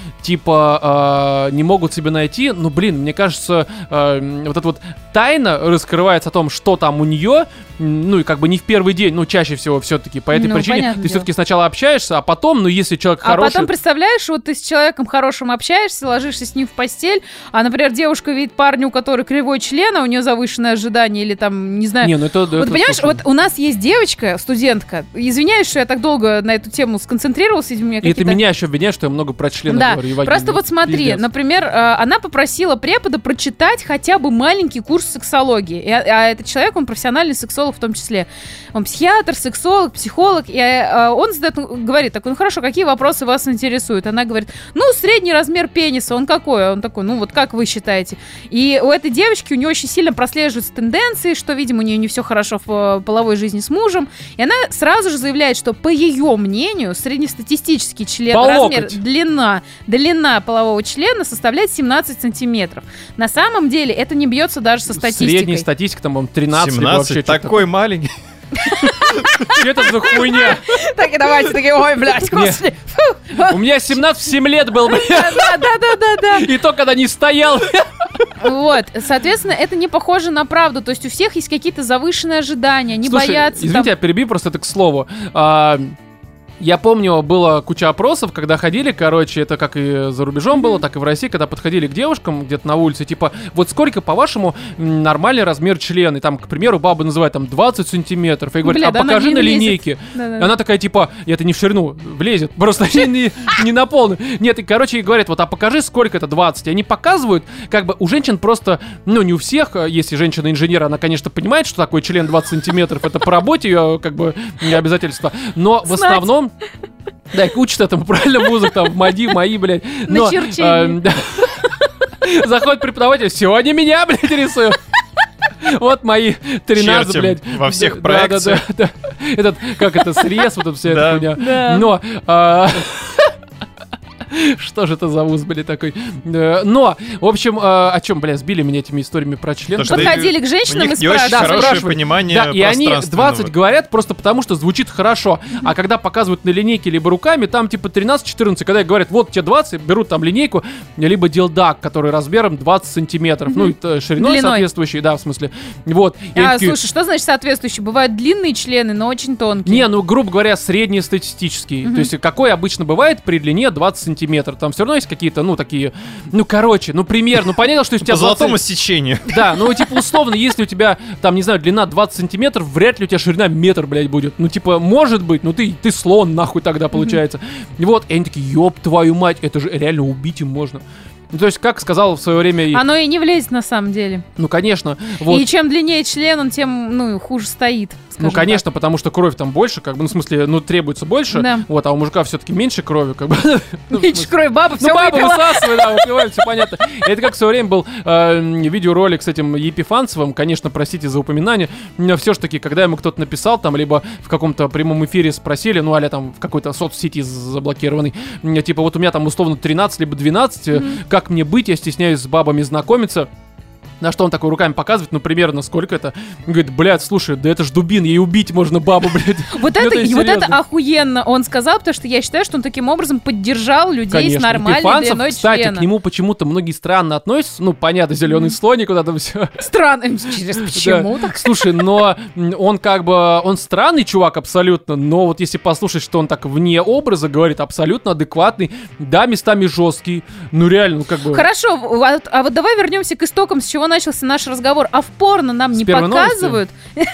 типа э, не могут себе найти. Ну, блин, мне кажется, э, вот эта вот тайна раскрывается о том, что там у нее. Ну, и как бы не в первый день, ну, чаще всего все-таки по этой Ну, причине. понятное Ты дело. все-таки сначала общаешься, а потом, ну, если человек А хороший... потом, представляешь, вот ты с человеком хорошим общаешься, ложишься с ним в постель, а, например, девушка видит парня, у которого кривой член, а у нее завышенное ожидание, или там, не знаю... Не, ну это... Вот это, понимаешь, слушай, вот у нас есть девочка, студентка, извиняюсь, что я так долго на эту тему сконцентрировалась, из меня И это какие-то... меня еще обвиняет, что я много про члены Да, говорю. и вагины. просто вот смотри, Пиздец. например, э, она попросила препода прочитать хотя бы маленький курс сексологии. И, а, а этот человек, он профессиональный сексолог в том числе. Он психиатр, сексолог, психолог. И э, он задает, ну, говорит, такой, ну хорошо, какие вопросы вас интересуют? Она говорит, ну, средний размер пениса, он какой? Он такой, ну, вот как вы считаете? И у этой девочки, у нее очень сильно прослеживаются тенденции, что, видимо, у нее не все хорошо в э, половой жизни с мужем. И она сразу же заявляет, что, по ее мнению, среднестатистический член, По размер, локоть. длина, длина полового члена составляет семнадцать сантиметров. На самом деле это не бьется даже со статистикой. Средняя статистика, там, по-моему, тринадцать. либо семнадцать, вообще что-то такой маленький. Что это за хуйня? Так, и давайте такие, ой, блядь, господи. У меня семнадцать в семь лет был, блядь. Да, да, да, да, да. И то, когда не стоял. Вот, соответственно, это не похоже на правду. То есть у всех есть какие-то завышенные ожидания, они Слушай, боятся. извините, там- я перебью, просто это к слову. А, Я помню, было куча опросов, когда ходили, короче, это как и за рубежом было, так и в России, когда подходили к девушкам где-то на улице, типа, вот сколько, по-вашему, м, нормальный размер члена? И там, к примеру, баба называет там двадцать сантиметров. И говорит, Бля, а да она покажи не на влезет. линейке. Да-да. Она такая, типа, это не в ширину, влезет, просто не, не, не на полную. Нет, и, короче, и говорят, вот, а покажи, сколько это двадцать. И они показывают, как бы, у женщин просто, ну, не у всех, если женщина-инженер, она, конечно, понимает, что такое член двадцать сантиметров, это по работе ее, как бы, не обязательство. Но в Знать. основном... Да, их учат этому, правильно, музык там в МАДИ, мои, блядь. Но, На черчении. эм, да. Заходит преподаватель, сегодня меня, блядь, рисуют. Вот мои тринадцать, Чертим блядь. во всех Да, да, проекциях. да, да. Этот, как это, срез, вот эта вся Да. эта хуйня. Да. Но... а, Что же это за вуз, блин, такой? Э, Но, в общем, э, о чем, бля, сбили меня этими историями про член? Потому что Подходили к У женщинам и них не очень спрашивали. хорошее спрашивают. понимание Да, и они пространственного. двадцать говорят просто потому, что звучит хорошо. А когда показывают на линейке либо руками, там типа тринадцать-четырнадцать. Когда говорят, вот тебе двадцать, берут там линейку, либо дилдак, который размером двадцать сантиметров. Ну, это шириной Длиной. соответствующей, да, в смысле. Вот. И они А, такие, слушай, что значит соответствующие? Бывают длинные члены, но очень тонкие. не, ну, грубо говоря, среднестатистический. То есть, какой обычно бывает при длине двадцать сантиметров. Там все равно есть какие-то, ну, такие, ну, короче, ну, пример. Ну, понятно, что у тебя По золотому двадцать сечению. Да, ну, типа, условно, если у тебя, там, не знаю, длина двадцать сантиметров, вряд ли у тебя ширина метр, блядь, будет. Ну, типа, может быть, ну, ты, ты слон, нахуй, тогда получается. И вот, и они такие, ёб твою мать, это же реально убить им можно. Ну, то есть, как сказал в свое время... и- Оно и не влезет на самом деле. Ну, конечно. Вот. И чем длиннее член, он тем, ну, хуже стоит. Ну, скажем конечно, потому что кровь там больше, как бы, ну, в смысле, ну, требуется больше. Да. Вот, а у мужика все-таки меньше крови, как бы. так. Ну, в Меньше смысле- крови, баба, все Ну, баба выпила. высасывает, да, выпивает, все понятно. Это как в свое время был э, видеоролик с этим Епифанцевым, конечно, простите за упоминание, но все ж таки, когда ему кто-то написал, там, либо в каком-то прямом эфире спросили, ну, а там в какой-то соцсети заблокированной, м, типа, вот у меня там условно тринадцать либо двенадцать, э, как мне быть, я стесняюсь с бабами знакомиться. На что он такой руками показывает, ну, примерно сколько это. Он говорит, блядь, слушай, да это ж дубин, ей убить можно бабу, блядь. Вот Ну, это, то есть, вот это серьезно. охуенно он сказал, потому что я считаю, что он таким образом поддержал людей Конечно. с нормальной Епифанцев, длиной кстати, члена. к нему почему-то многие странно относятся. Ну, понятно, зеленый слоник, куда там все. Странно. Интересно, почему Да. так? Слушай, но м, он как бы, он странный чувак абсолютно, но вот если послушать, что он так вне образа говорит, абсолютно адекватный, да, местами жесткий, ну реально, ну как бы... Хорошо, а, а вот давай вернемся к истокам, с чего начался наш разговор. А в порно нам С не первой показывают?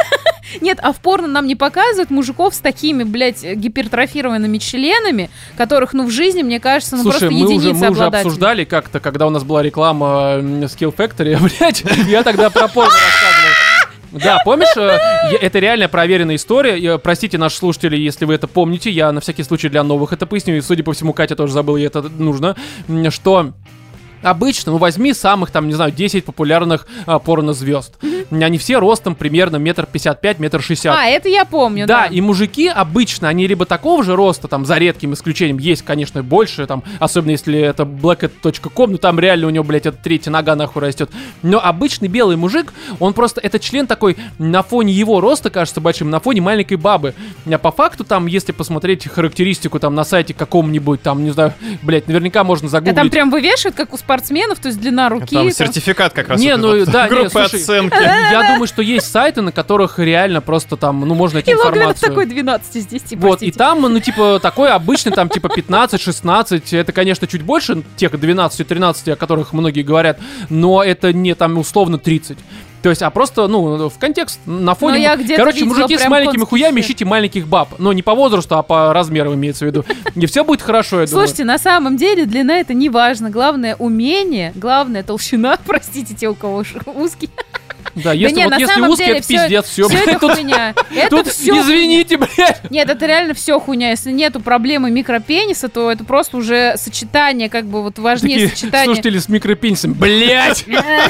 Нет, а в порно нам не показывают мужиков с такими, блядь, гипертрофированными членами, которых, ну, в жизни, мне кажется, ну, Слушай, просто мы уже, единицы мы уже обладателей. обсуждали как-то, когда у нас была реклама м, Skill Factory, блядь, я тогда про порно рассказывал. Да, помнишь, э, я- это реально проверенная история. Я- Простите, наши слушатели, если вы это помните, я на всякий случай для новых это поясню, и, судя по всему, Катя тоже забыла, ей это нужно, м, что... Обычно, ну возьми самых там, не знаю, десять популярных а, порнозвезд. Они все ростом примерно метр пятьдесят пять, метр шестьдесят. А, это я помню, Да, да. и мужики обычно, они либо такого же роста, там, за редким исключением, есть, конечно, больше, там, особенно если это блэкет точка ком, ну там реально у него, блядь, эта третья нога нахуй растет. Но обычный белый мужик, он просто, это член такой, на фоне его роста кажется большим, на фоне маленькой бабы. А по факту, там, если посмотреть характеристику, там, на сайте каком-нибудь, там, не знаю, блядь, наверняка можно А загуглить. там прям вывешивают, как у спортсменов, то есть длина руки. Там там. сертификат как раз. Не, вот ну этот вот да, не, группы слушай, оценки. Я думаю, что есть сайты, на которых реально просто там, ну, можно найти И логарифм информацию. такой двенадцать из десяти, Вот, и простите. там, ну, типа, такой обычный, там, типа, пятнадцать-шестнадцать, это, конечно, чуть больше тех двенадцати-тринадцати, о которых многие говорят, но это не, там, условно, тридцать. То есть, а просто, ну, в контекст, на фоне... Ну, я где-то Короче, видела мужики с прям маленькими конский хуями, цвет. ищите маленьких баб. Но не по возрасту, а по размерам имеется в виду. И все будет хорошо, я думаю. Слушайте, на самом деле длина это не важно. Главное умение, главное толщина. Простите, те, у кого ш- узкий. Да, если, не, вот, на если самом узкий, деле это пиздец, все, Все это хуйня. Это Тут, все извините, блядь. Нет, это реально все хуйня. Если нету проблемы микропениса, то это просто уже сочетание, как бы вот важнее Такие сочетание. слушатели с микропенисом, блядь.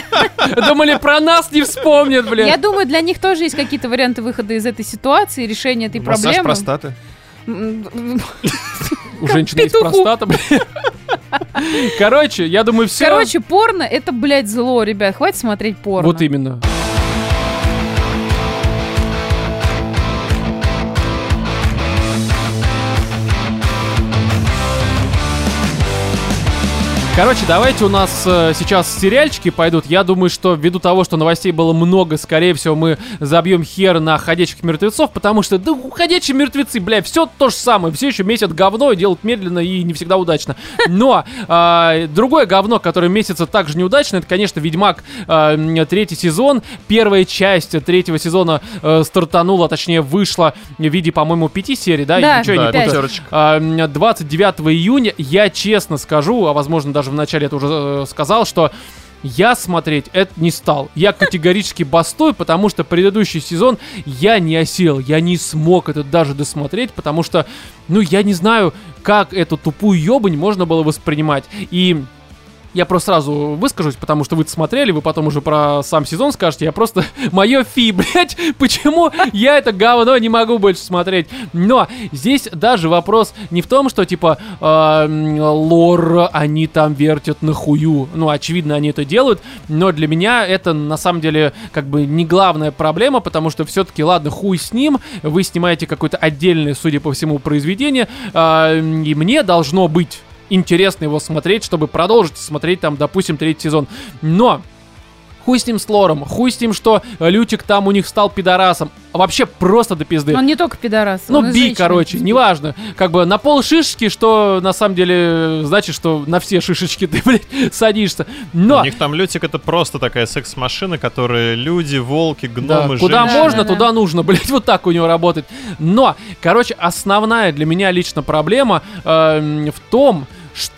Думали, про нас не вспомнят, блядь. Я думаю, для них тоже есть какие-то варианты выхода из этой ситуации, решения этой Массаж проблемы. простаты. М, У женщины есть петуху. простата, блядь. Короче, я думаю, все. Короче, порно это, блядь, зло, ребят. Хватит смотреть порно. Вот именно. Короче, давайте у нас э, сейчас сериальчики пойдут. Я думаю, что ввиду того, что новостей было много, скорее всего, мы забьем хер на ходячих мертвецов, потому что, да, ходячие мертвецы, бля, все то же самое, все еще месят говно и делают медленно и не всегда удачно. Но э, другое говно, которое месяца также неудачно, это, конечно, Ведьмак, э, третий сезон. Первая часть третьего сезона э, стартанула, точнее, вышла в виде, по-моему, пяти серий, да? Да, Ничего я Да, не путаю. пятерочка. А, двадцать девятого июня, я честно скажу, а возможно даже в начале это уже э, сказал, что я смотреть это не стал. Я категорически бастую, потому что предыдущий сезон я не осел, я не смог это даже досмотреть, потому что, ну, я не знаю, как эту тупую ебань можно было воспринимать. И Я просто сразу выскажусь, потому что вы-то смотрели, вы потом уже про сам сезон скажете. Я просто... Мое фи, блядь, почему я это говно не могу больше смотреть? Но здесь даже вопрос не в том, что, типа, э, лор они там вертят на хую. Ну, очевидно, они это делают. Но для меня это, на самом деле, как бы не главная проблема, потому что все-таки, ладно, хуй с ним. Вы снимаете какое-то отдельное, судя по всему, произведение. Э, и мне должно быть интересно его смотреть, чтобы продолжить смотреть там, допустим, третий сезон. Но хуй с ним с лором, хуй с ним, что Лютик там у них стал пидорасом. Вообще просто до пизды. Он не только пидорас. Ну, би, короче, неважно. Как бы на пол шишечки, что на самом деле значит, что на все шишечки ты, блядь, садишься. Но... У них там Лютик — это просто такая секс-машина, которая люди, волки, гномы, да, женщины. куда Да, можно, да, туда да. нужно, блядь, вот так у него работает. Но, короче, основная для меня лично проблема э, в том,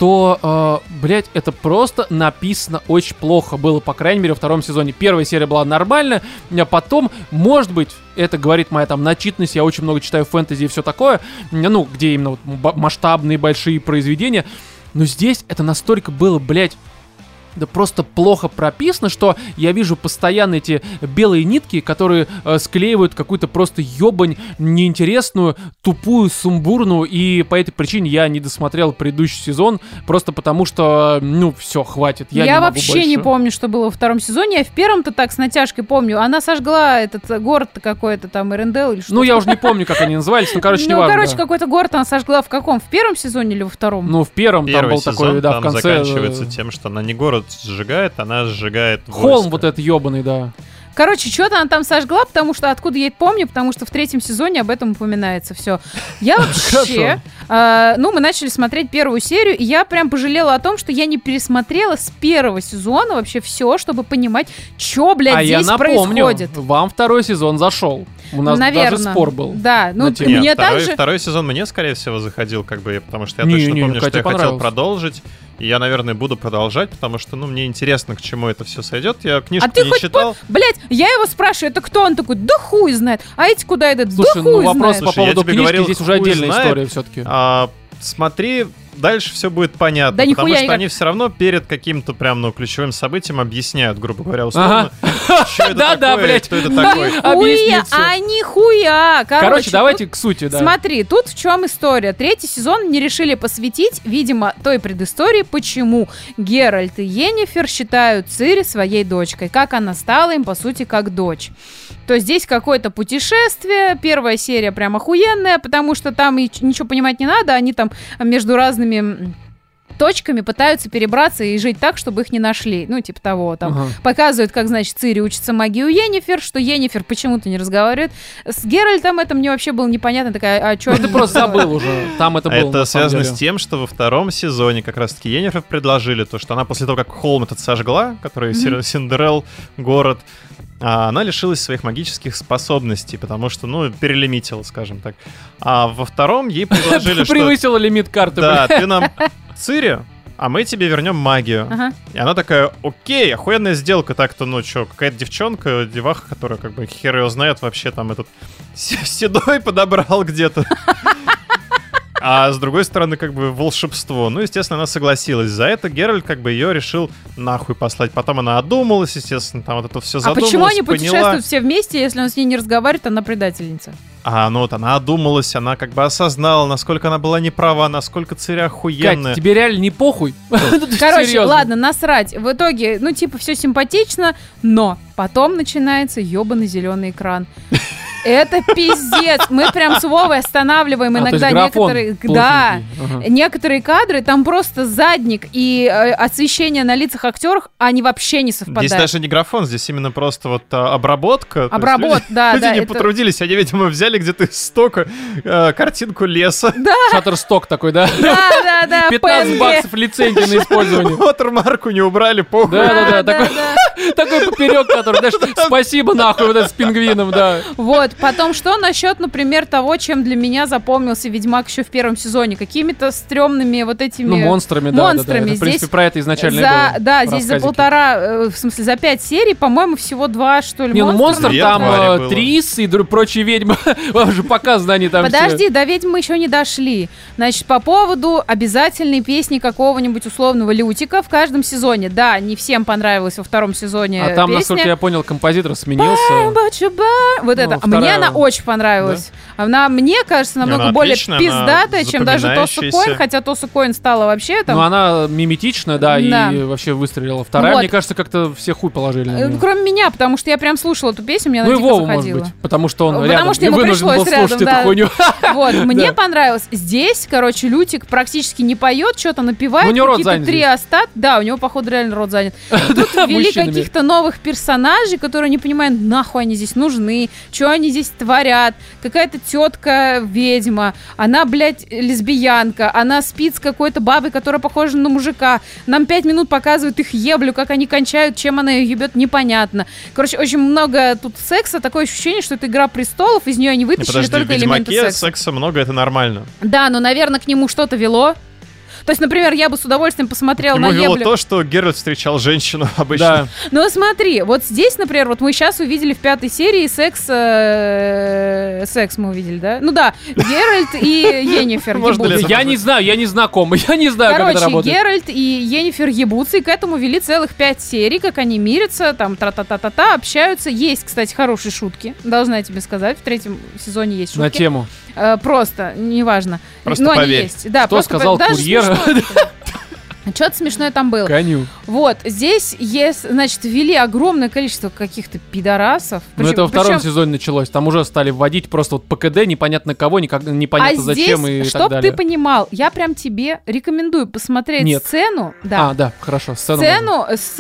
что, э, блядь, это просто написано очень плохо было, по крайней мере, во втором сезоне. Первая серия была нормальная, а потом, может быть, это говорит моя там начитанность, я очень много читаю фэнтези и все такое, ну, где именно вот б- масштабные большие произведения, но здесь это настолько было, блядь, да просто плохо прописано, что я вижу постоянно эти белые нитки, которые э, склеивают какую-то просто ебань неинтересную, тупую, сумбурную, и по этой причине я не досмотрел предыдущий сезон, просто потому что, ну, все, хватит, я, Я, не могу вообще больше. не помню, что было во втором сезоне. Я в первом-то так с натяжкой помню. Она сожгла этот город какой-то там, Эрендел или что-то. Ну, я уже не помню, как они назывались, ну, короче, Ну, неважно. короче, да. какой-то город она сожгла в каком? В первом сезоне или во втором? Ну, в первом там Первый был сезон, такой, да, там в конце... заканчивается э, тем, что она не город сжигает, она сжигает Холм войско. вот этот ебаный, да. Короче, что-то она там сожгла, потому что откуда я это помню, потому что в третьем сезоне об этом упоминается все. Я вообще, э, ну, мы начали смотреть первую серию, и я прям пожалела о том, что я не пересмотрела с первого сезона вообще все, чтобы понимать, что, блядь, А я здесь напомню, происходит. вам второй сезон зашел. У нас Наверно. даже спор был. Да, ну, на тему. Нет, мне второй, также... второй сезон мне, скорее всего, заходил, как бы, потому что я Не, точно не, помню, Кате что я хотел понравилось. продолжить. И я, наверное, буду продолжать, потому что, ну, мне интересно, к чему это все сойдет. Я книжку А ты не хоть читал. Блять, я его спрашиваю, это кто? Он такой, да хуй знает. А эти куда идут? Слушай, да ну хуй вопрос знает. по Слушай, я поводу тебе книжки, говорил, здесь уже хуй отдельная знает. история все-таки. А, смотри, дальше все будет понятно. Да потому нихуя что никак. они все равно перед каким-то прям, ну, ключевым событием объясняют, грубо говоря, условно. Что это Да-да, такое, блядь. кто это такой. Хуя, Объяснит всё. а нихуя. Короче, Короче, давайте тут- к сути, да. Смотри, тут в чем история. Третий сезон не решили посвятить, видимо, той предыстории, почему Геральт и Йеннифер считают Цири своей дочкой, как она стала им, по сути, как дочь. То здесь какое-то путешествие, первая серия прям охуенная, потому что там и ч- ничего понимать не надо, они там между разными м, точками пытаются перебраться и жить так, чтобы их не нашли. Ну, типа того, там Ага. показывают, как, значит, Цири учится магии у Йеннифер, что Йеннифер почему-то не разговаривает. С Геральтом это мне вообще было непонятно, такая, а что? Ну, ты просто забыл уже. Там это А было, это на самом связано деле. с тем, что во втором сезоне как раз-таки Йеннифер предложили то, что она после того, как холм этот сожгла, который Мгм. Синдерелл город, а, она лишилась своих магических способностей, потому что, ну, перелимитила, скажем так. А во втором ей предложили, что... Превысила лимит карты, Да, бля. ты нам Цири, а мы тебе вернем магию. Ага. И она такая, окей, охуенная сделка. Так-то, ну что, какая-то девчонка, деваха, которая как бы хер ее знает, вообще там этот с- седой подобрал где-то. А с другой стороны, как бы волшебство. Ну, естественно, она согласилась. За это Геральт как бы ее решил нахуй послать. Потом она одумалась, естественно, там вот это все А задумалась, почему они поняла. путешествуют все вместе, если он с ней не разговаривает, она предательница? А, ну вот она одумалась, она как бы осознала, насколько она была неправа, насколько Цири охуенная. Кать, тебе реально не похуй? Короче, Серьезно. ладно, насрать. В итоге, ну, типа, все симпатично, но потом начинается ебаный зеленый экран. Это пиздец. Мы прям с Вовой останавливаем А, то иногда есть графон некоторые... Да. плохенький. Ага. Некоторые кадры, там просто задник и э, освещение на лицах актеров, они вообще не совпадают. Здесь даже не графон, здесь именно просто вот а, обработка. То есть Обработ, люди- да, Люди да, не это- потрудились, они, видимо, взяли где-то из стока э, картинку леса. Шаттерсток такой, да? Да, да, да, пятнадцать пэ эн гэ. баксов лицензии на использование. Watermark не убрали, похуй. Да, да, да, Да, такой. да. Такой поперек, который, знаешь, спасибо нахуй вот это с пингвином, да. Вот, потом что насчет, например, того, чем для меня запомнился Ведьмак еще в первом сезоне? Какими-то стрёмными вот этими... Ну, монстрами, да, монстрами. да, да. Это, в принципе, Здесь про это изначально за, было. Да, здесь за полтора, э, в смысле, за пять серий, по-моему, всего два, что ли, Не, ну монстра. монстр Две там твари э, было. Трис и дру- прочие ведьмы. Вам же показано, они там Подожди, все. до ведьм мы еще не дошли. Значит, по поводу обязательной песни какого-нибудь условного Лютика в каждом сезоне. Да, не всем понравилась во втором сезоне А там, песня. насколько я понял, композитор сменился. Вот Ну, это. вторая- Мне она очень понравилась. Она, мне кажется, намного Она более отличная, пиздатая, она чем даже Тоса запоминающаяся. Коин, хотя Тоса Коин стала вообще там... Ну, она миметичная, да, Да. и вообще выстрелила. Вторая, Вот. мне кажется, как-то все хуй положили на э, неё. Кроме меня, потому что я прям слушала эту песню, мне она Ну и дико Вова, может заходила. быть, потому что он Потому рядом что и ему вынужден был пришлось слушать рядом, эту да. хуйню. Вот, мне Да. понравилось. Здесь, короче, Лютик практически не поет, что-то напевает, Ну, у него рот какие-то занят три здесь. остат. Да, у него, походу, реально рот занят. Тут ввели мужчинами. каких-то новых персонажей, которые не понимают, нахуй они здесь нужны, что они здесь творят. Какая-то тетка-ведьма, она, блядь, лесбиянка, она спит с какой-то бабой, которая похожа на мужика. Нам пять минут показывают их еблю, как они кончают, чем она ее ебет, непонятно. Короче, очень много тут секса, такое ощущение, что это «Игра престолов», из нее они Не, вытащили подожди, в только элементы Ведьмаке секса. секса много, это нормально. Да, но, наверное, к нему что-то вело. То есть, например, я бы с удовольствием посмотрела Ему на вело еблю. то, что Геральт встречал женщину обычно. Да. Ну, смотри, вот здесь, например, вот мы сейчас увидели в пятой серии секс... э, Секс мы увидели, да? Ну да, Геральт и Йеннифер Можно ли ебутся. это Я не знаю, я не знаком, я не знаю, как это Короче, работает. Геральт и Йеннифер ебутся, и к этому вели целых пять серий, как они мирятся, там, тра-та-та-та-та, общаются. Есть, кстати, хорошие шутки, должна я тебе сказать. В третьем сезоне есть шутки. На тему. Э, просто, неважно. Просто Но они поверь. есть. Да, Что просто сказал по- даже курьер? смешно. Что-то смешное там было. Коню. Вот, здесь есть, значит, ввели огромное количество каких-то пидорасов. Ну, Причем- это во втором причем- сезоне началось. Там уже стали вводить просто вот ПКД, непонятно кого, никак, непонятно а зачем здесь, и чтоб так далее. ты понимал, я прям тебе рекомендую посмотреть Нет. сцену. Да. А, да, хорошо, сцену. можно. Сцену с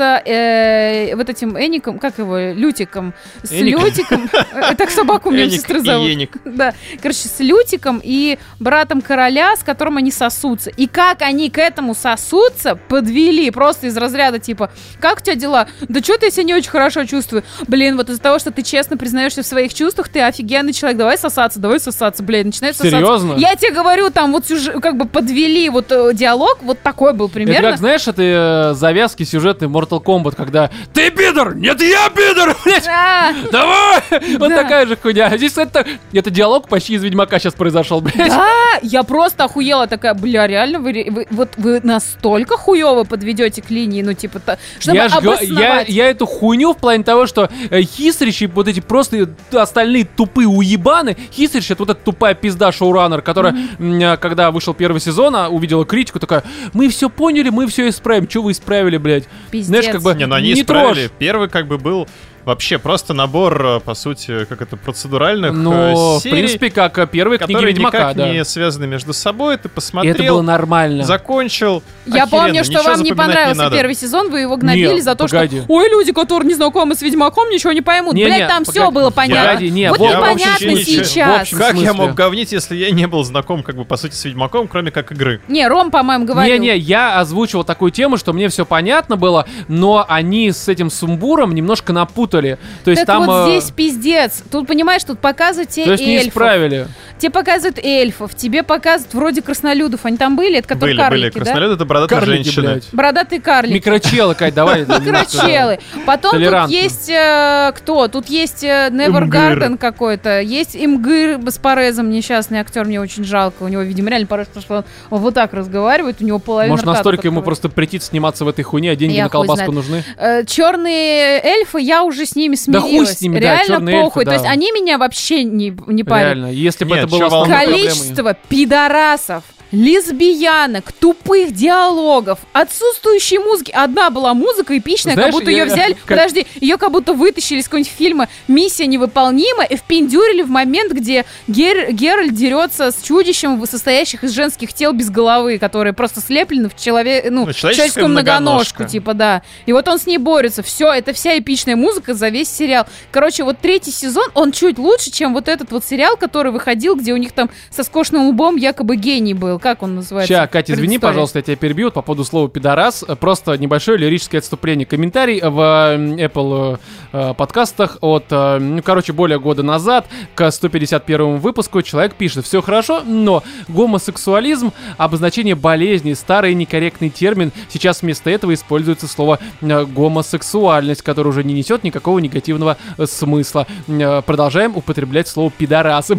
э, вот этим Эником, как его, Лютиком, с Эник? Лютиком, э, так собаку у меня Эник сестры и зовут. Еник. Да, короче, с Лютиком и братом короля, с которым они сосутся. И как они к этому сосутся, подвели просто из разряда типа, как у тебя дела? Да что-то я себя не очень хорошо чувствую. Блин, вот из-за того, что ты честно признаешься в своих чувствах, ты офигенный человек, давай сосаться, давай сосаться, блин, начинает сосаться. Серьезно? Я тебе говорю, там вот сюжет, как бы подвели вот э, диалог, вот такой был Это примерно. как, знаешь, это э, завязки сюжетной Mortal Kombat, когда ты пидор! Нет, я пидор! Блядь! А, Давай! Вот Да. такая же хуйня. Здесь это, это диалог почти из Ведьмака сейчас произошел, блядь. да, я просто охуела такая, бля, реально, вы, ре- вы- вот вы настолько хуево подведете к линии, ну типа, то, чтобы я, ж го- я, обосновать. я эту хуйню в плане того, что э, Хисрич и вот эти просто остальные тупые уебаны. Хисрич — это вот эта тупая пизда шоураннер, которая, м, э, когда вышел первый сезон, а, увидела критику, такая, мы все поняли, мы все исправим. Че вы исправили, блядь? Пиздец. Знаешь, как бы Не, ну они не исправили. трожь. Первый как бы был вообще просто набор, э, по сути, как это, процедуральных Но, э, в серий, принципе, как э, первые книги которые Ведьмака, никак да. не связаны между собой. Ты И это было посмотрел, нормально. закончил. Я охеренно, помню, что ничего вам не запоминать понравился надо. первый сезон, вы его гнобили Нет, за то, погоди. что ой, люди, которые не знакомы с Ведьмаком, ничего не поймут. Не, Блядь, не, там погоди. все было понятно. Погоди, не, вот в общем, непонятно ничего- сейчас. в общем, Как я смысле? мог говнить, если я не был знаком, как бы, по сути, с Ведьмаком, кроме как игры? Не, Ром, по-моему, говорил. Не-не, я озвучивал такую тему, что мне все понятно было, но они с этим сумбуром немножко напутали. То есть Так там... вот э, здесь пиздец. Тут, понимаешь, тут показывают тебе то есть не эльфов. исправили. Тебе показывают эльфов, тебе показывают вроде краснолюдов. Они там были? Это которые Были, были. карлики, да? Краснолюд — это бородатые Карлики, женщины. блядь. Бородатые карлики. Микрочелы, Кать, давай. немножко, да. Микрочелы. Потом Толерантно. тут есть э, кто? Тут есть э, Невергарден Имгыр. какой-то. Есть Имгыр с Парезом, несчастный актер, мне очень жалко. У него, видимо, реально Парез, потому что он, он вот так разговаривает, у него половина Может, рта настолько тут ему открыта. просто прийти сниматься в этой хуйне, а деньги Я на хуй колбаску знает. нужны. Э, черные эльфы, я уже с ними Да смирилась. хуй с ними, да, реально черные похуй. эльфы, То да. есть они меня вообще не, не парят. Реально, если бы Нет, это было чё основной волнует? проблемой. Количество пидорасов, лесбиянок, тупых диалогов, отсутствующей музыки. Одна была музыка эпичная, Знаешь, как будто я- ее взяли, как- подожди, ее как будто вытащили из какого-нибудь фильма «Миссия невыполнима» и впендюрили в момент, где Гер- Геральт дерется с чудищем, состоящих из женских тел без головы, которые просто слеплены в челове... ну, Ну, человеческая человеческую многоножку, многоножка. типа, да. И вот он с ней борется. Все, это вся эпичная музыка за весь сериал. Короче, вот третий сезон, он чуть лучше, чем вот этот вот сериал, который выходил, где у них там со скошенным лбом якобы гений был. был, как он называется? Ща, Катя, извини, Предыстория. пожалуйста, я тебя перебью по поводу слова «пидорас». Просто небольшое лирическое отступление. Комментарий в Apple э, подкастах от, э, ну, короче, более года назад к сто пятьдесят первому выпуску человек пишет: все хорошо, но гомосексуализм — обозначение болезни, старый некорректный термин. Сейчас вместо этого используется слово э, гомосексуальность, которое уже не несет никакого негативного э, смысла. Э, продолжаем употреблять слово «пидорасы».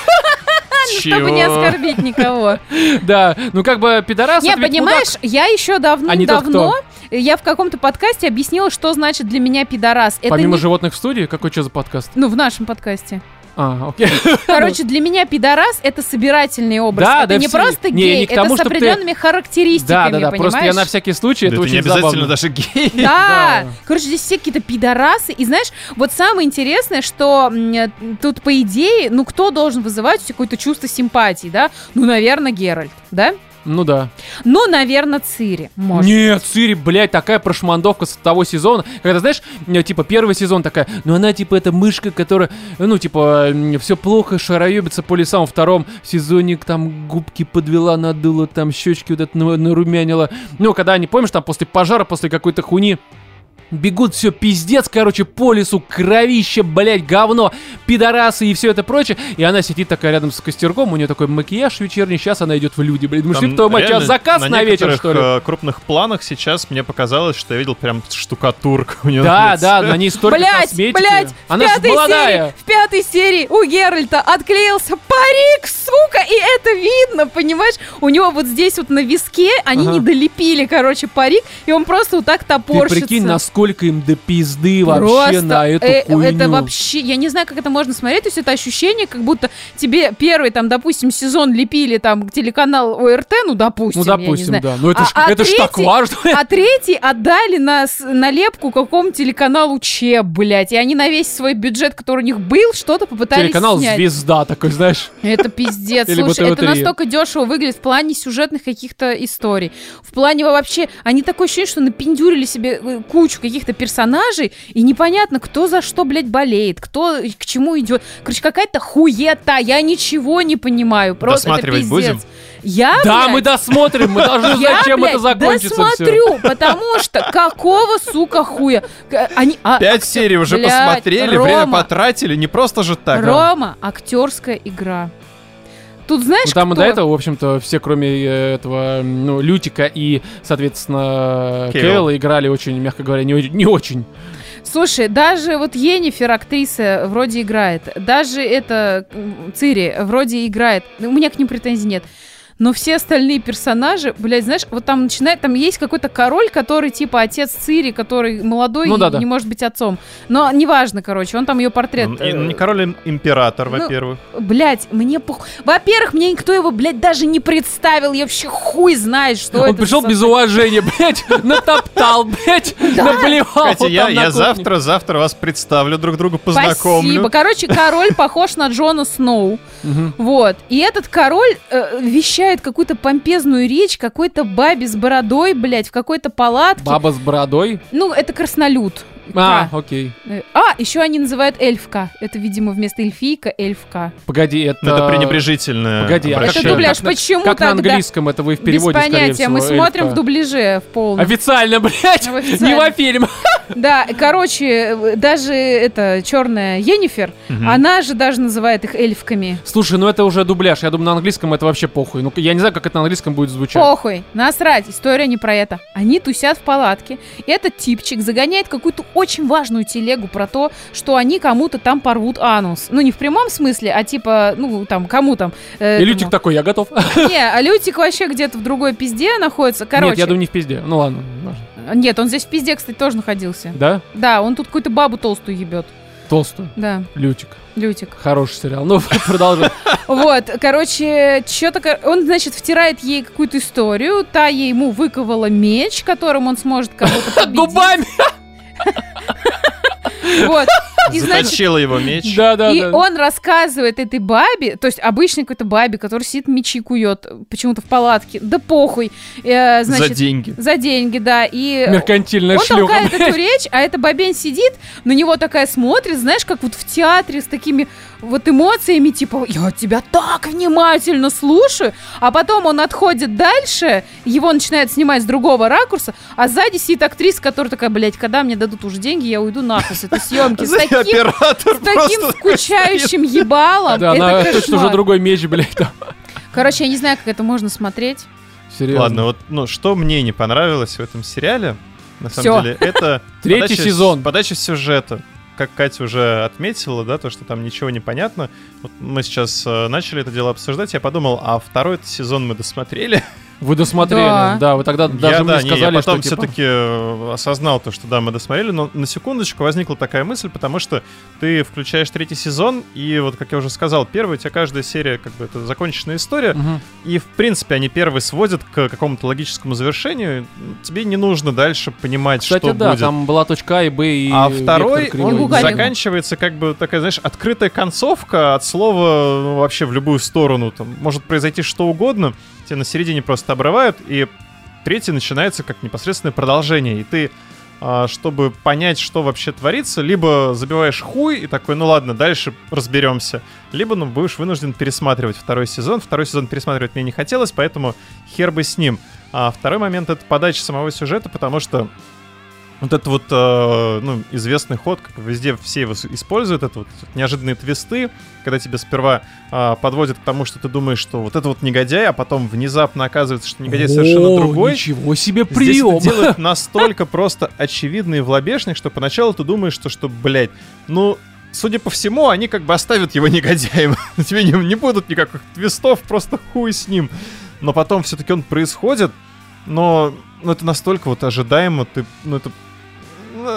Чтобы не оскорбить никого. Да, ну как бы пидорас. Не, понимаешь, я еще давно-давно, я в каком-то подкасте объяснила, что значит для меня пидорас. Помимо животных в студии, какой что за подкаст? Ну, в нашем подкасте. А, окей. Короче, для меня пидорас — это собирательный образ. Да, это да, не все... просто не, гей, не к тому, это с определенными ты... характеристиками, да, да, да, понимаешь? Просто я на всякий случай, да это, это очень не обязательно забавно. даже гей. Да. да, короче, здесь все какие-то пидорасы. И знаешь, вот самое интересное, что м, тут, по идее, ну, кто должен вызывать какое-то чувство симпатии, да? Ну, наверное, Геральт, да? Ну да. Ну, наверное, Цири. Может. Нет, Цири, блядь, такая прошмандовка с того сезона. Когда, знаешь, типа, первый сезон такая, ну она, типа, это мышка, которая, ну, типа, все плохо, шароебится по лесам. Во втором сезоне там губки подвела, надула, там щечки вот это нарумянила. Ну, когда они, помнишь, там после пожара, после какой-то хуйни, бегут, все, пиздец, короче, по лесу, кровище, блядь, говно, пидорасы и все это прочее. И она сидит такая рядом с костерком, у нее такой макияж вечерний, сейчас она идет в люди, блядь. Думаешь, что мать, сейчас заказ на, на вечер, что ли? На крупных планах сейчас мне показалось, что я видел прям штукатурку у нее. Да, да, на ней столько блядь, косметики. Блядь, она же молодая. Серии, в пятой серии у Геральта отклеился парик, сука, и это видно, понимаешь? У него вот здесь вот на виске они ага. не долепили, короче, парик, и он просто вот так топорщится. Ты прикинь, насколько Сколько им до пизды Просто вообще на эту э, хуйню. Это вообще, я не знаю, как это можно смотреть, то есть это ощущение, как будто тебе первый, там, допустим, сезон лепили там телеканал ОРТ, ну, допустим, Ну, допустим, я не знаю. да. Ну, это, а, ж, а это третий, ж так важно. А третий отдали на налепку какому телеканалу Че, блядь, и они на весь свой бюджет, который у них был, что-то попытались Телеканал снять. «Звезда» такой, знаешь. Это пиздец. Слушай, это настолько дешево выглядит в плане сюжетных каких-то историй. В плане вообще, они такое ощущение, что напиндюрили себе кучу каких-то персонажей, и непонятно, кто за что, блядь, болеет, кто к чему идет. Короче, какая-то хуета, я ничего не понимаю. Просто досматривать это пиздец. будем? Я, да, блядь, мы досмотрим, мы должны знать, я, чем блядь, это закончится. Досмотрю, потому что какого, сука, хуя? Они, а, Пять актер... серий уже блядь, посмотрели, Рома, время потратили, не просто же так. Рома, а? актерская игра. Тут знаешь, ну, там кто? и до этого, в общем-то, все, кроме этого, ну, Лютика и, соответственно, Кевилла играли очень, мягко говоря, не, не очень. Слушай, даже вот Йеннифер, актриса, вроде играет. Даже это Цири вроде играет. У меня к ним претензий нет. Но все остальные персонажи, блядь, знаешь, вот там начинает, там есть какой-то король, который типа отец Цири, который молодой ну, и да, да. не может быть отцом. Но неважно, короче, он там ее портрет... Ну, э, не король, император, ну, во-первых. Блядь, мне пух... Во-первых, мне никто его, блядь, даже не представил. Я вообще хуй знает, что он это. Он пришел без уважения, блядь, натоптал, блядь, наплевал. Кстати, я завтра, завтра вас представлю, друг другу познакомлю. Спасибо. Короче, король похож на Джона Сноу. Вот. И этот король вещает какую-то помпезную речь какой-то бабе с бородой, блядь, в какой-то палатке. Баба с бородой? Ну, это краснолюд. А, да. Окей. А, еще они называют эльфка. Это, видимо, вместо эльфийка эльфка. Погоди, это... Ну, это пренебрежительное Погоди, обращение. Это дубляж. Как, почему как тогда? на английском это вы в переводе, без понятия, всего, мы эльфа. Смотрим в дубляже в полном. Официально, блядь, ну, официально. Не во фильм. Да, короче, даже эта черная Йеннифер, угу. она же даже называет их эльфками. Слушай, ну это уже дубляж. Я думаю, на английском это вообще похуй. Ну, я не знаю, как это на английском будет звучать. Похуй, насрать, история не про это. Они тусят в палатке, и этот типчик загоняет какую-то очень важную телегу про то, что они кому-то там порвут анус. Ну, не в прямом смысле, а типа, ну, там, кому там. Э, и Лютик такой, я готов. Не, а Лютик вообще где-то в другой пизде находится. Короче. Нет, я думаю, не в пизде. Ну ладно, важно. Нет, он здесь в пизде, кстати, тоже находился. Да? Да, он тут какую-то бабу толстую ебет. Толстую? Да. Лютик. Лютик. Хороший сериал. Ну, продолжай. Вот, короче, что-то... Он, значит, втирает ей какую-то историю. Та ему выковала меч, которым он сможет кого-то победить. Губами! Вот. И, заточила его меч. Да, да, и да. он рассказывает этой бабе, то есть обычной какой-то бабе, которая сидит мечи кует почему-то в палатке, да похуй. Э, значит, за деньги. За деньги, да. И меркантильная он шлюха. Он толкает эту речь, а эта бабень сидит, на него такая смотрит, знаешь, как вот в театре с такими вот эмоциями, типа, я тебя так внимательно слушаю, а потом он отходит дальше, его начинает снимать с другого ракурса, а сзади сидит актриса, которая такая, блядь, когда мне дадут уже деньги, я уйду нахуй с этой съемки. С таким, Оператор с таким скучающим ебалом. Да, это она кошмар. точно уже другой меч, блядь, там. Короче, я не знаю, как это можно смотреть. Серьезно. Ладно, вот, ну, что мне не понравилось в этом сериале, на самом Всё. деле, это Третий подача- сезон. Подача сюжета. Как Катя уже отметила, да, то, что там ничего не понятно. Вот мы сейчас э, начали это дело обсуждать, я подумал, а второй сезон мы досмотрели. Вы досмотрели, Да. да, вы тогда даже я, мне да, не, сказали, я потом что типа... все-таки осознал то, что да, мы досмотрели, но на секундочку возникла такая мысль, потому что ты включаешь третий сезон, и вот, как я уже сказал, первый, у тебя каждая серия, как бы, это законченная история, Мгм. и, в принципе, они первые сводят к какому-то логическому завершению, тебе не нужно дальше понимать, Кстати, что да, будет. там была точка А и Б, и А вектор второй, кривой. он Гугалин. заканчивается как бы такая, знаешь, открытая концовка от слова, ну, вообще в любую сторону. Там может произойти что угодно, тебя на середине просто обрывают, и третий начинается как непосредственное продолжение. И ты, а, чтобы понять, что вообще творится, либо забиваешь хуй и такой, ну ладно, дальше разберемся, либо, ну, будешь вынужден пересматривать второй сезон. Второй сезон пересматривать мне не хотелось, поэтому хер бы с ним. А второй момент — это подача самого сюжета, потому что вот этот вот, э, ну, известный ход, как бы везде все его с- используют, это вот неожиданные твисты, когда тебя сперва э, подводят к тому, что ты думаешь, что вот это вот негодяй, а потом внезапно оказывается, что негодяй совершенно О, другой. Ничего себе Здесь прием! это делают настолько просто очевидный в лобешник, что поначалу ты думаешь, что, что, блядь, ну, судя по всему, они как бы оставят его негодяем. Тебе не, не будут никаких твистов, просто хуй с ним. Но потом все-таки он происходит, но ну, это настолько вот ожидаемо, ты, ну, это... ну,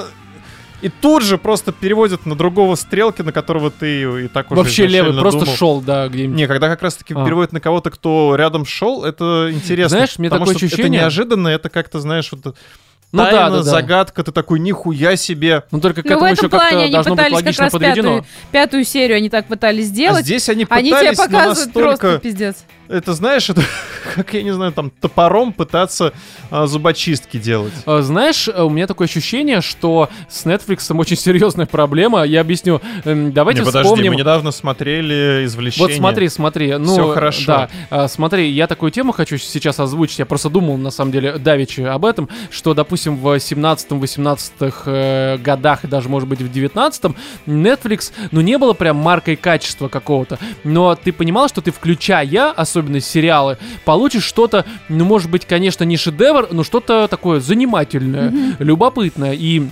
и тут же просто переводят на другого стрелки, на которого ты и так уже Вообще левый, изначально просто думал. шел, да, где-нибудь. Не, когда как раз-таки А. переводят на кого-то, кто рядом шел, это интересно. Знаешь, мне потому такое что ощущение- это неожиданно, это как-то, знаешь, вот Ну да, тайна, да, да. загадка, ты такой, нихуя себе. Ну только к Ну, в этому этом еще плане как-то они должно быть пытались как логично раз подведено. пятую, пятую серию они так пытались А сделать. здесь они Они тебе пытались, но показывают настолько... просто пиздец. Это, знаешь, это как, я не знаю, там, топором пытаться а, зубочистки делать. А, Знаешь, у меня такое ощущение, что с Netflix очень серьезная проблема. Я объясню. Эм, Давайте Не, подожди, вспомним. мы недавно смотрели «Извлечение». Вот смотри, смотри. Ну, Всё хорошо. Да, А, смотри, я такую тему хочу сейчас озвучить. Я просто думал, на самом деле, давеча об этом, что, допустим, в семнадцатом-восемнадцатых э, годах, и даже, может быть, в девятнадцатом, Netflix, ну, не было прям маркой качества какого-то. Но ты понимал, что ты, включая, особенно сериалы, получишь что-то, ну, может быть, конечно, не шедевр, но что-то такое занимательное, любопытное. И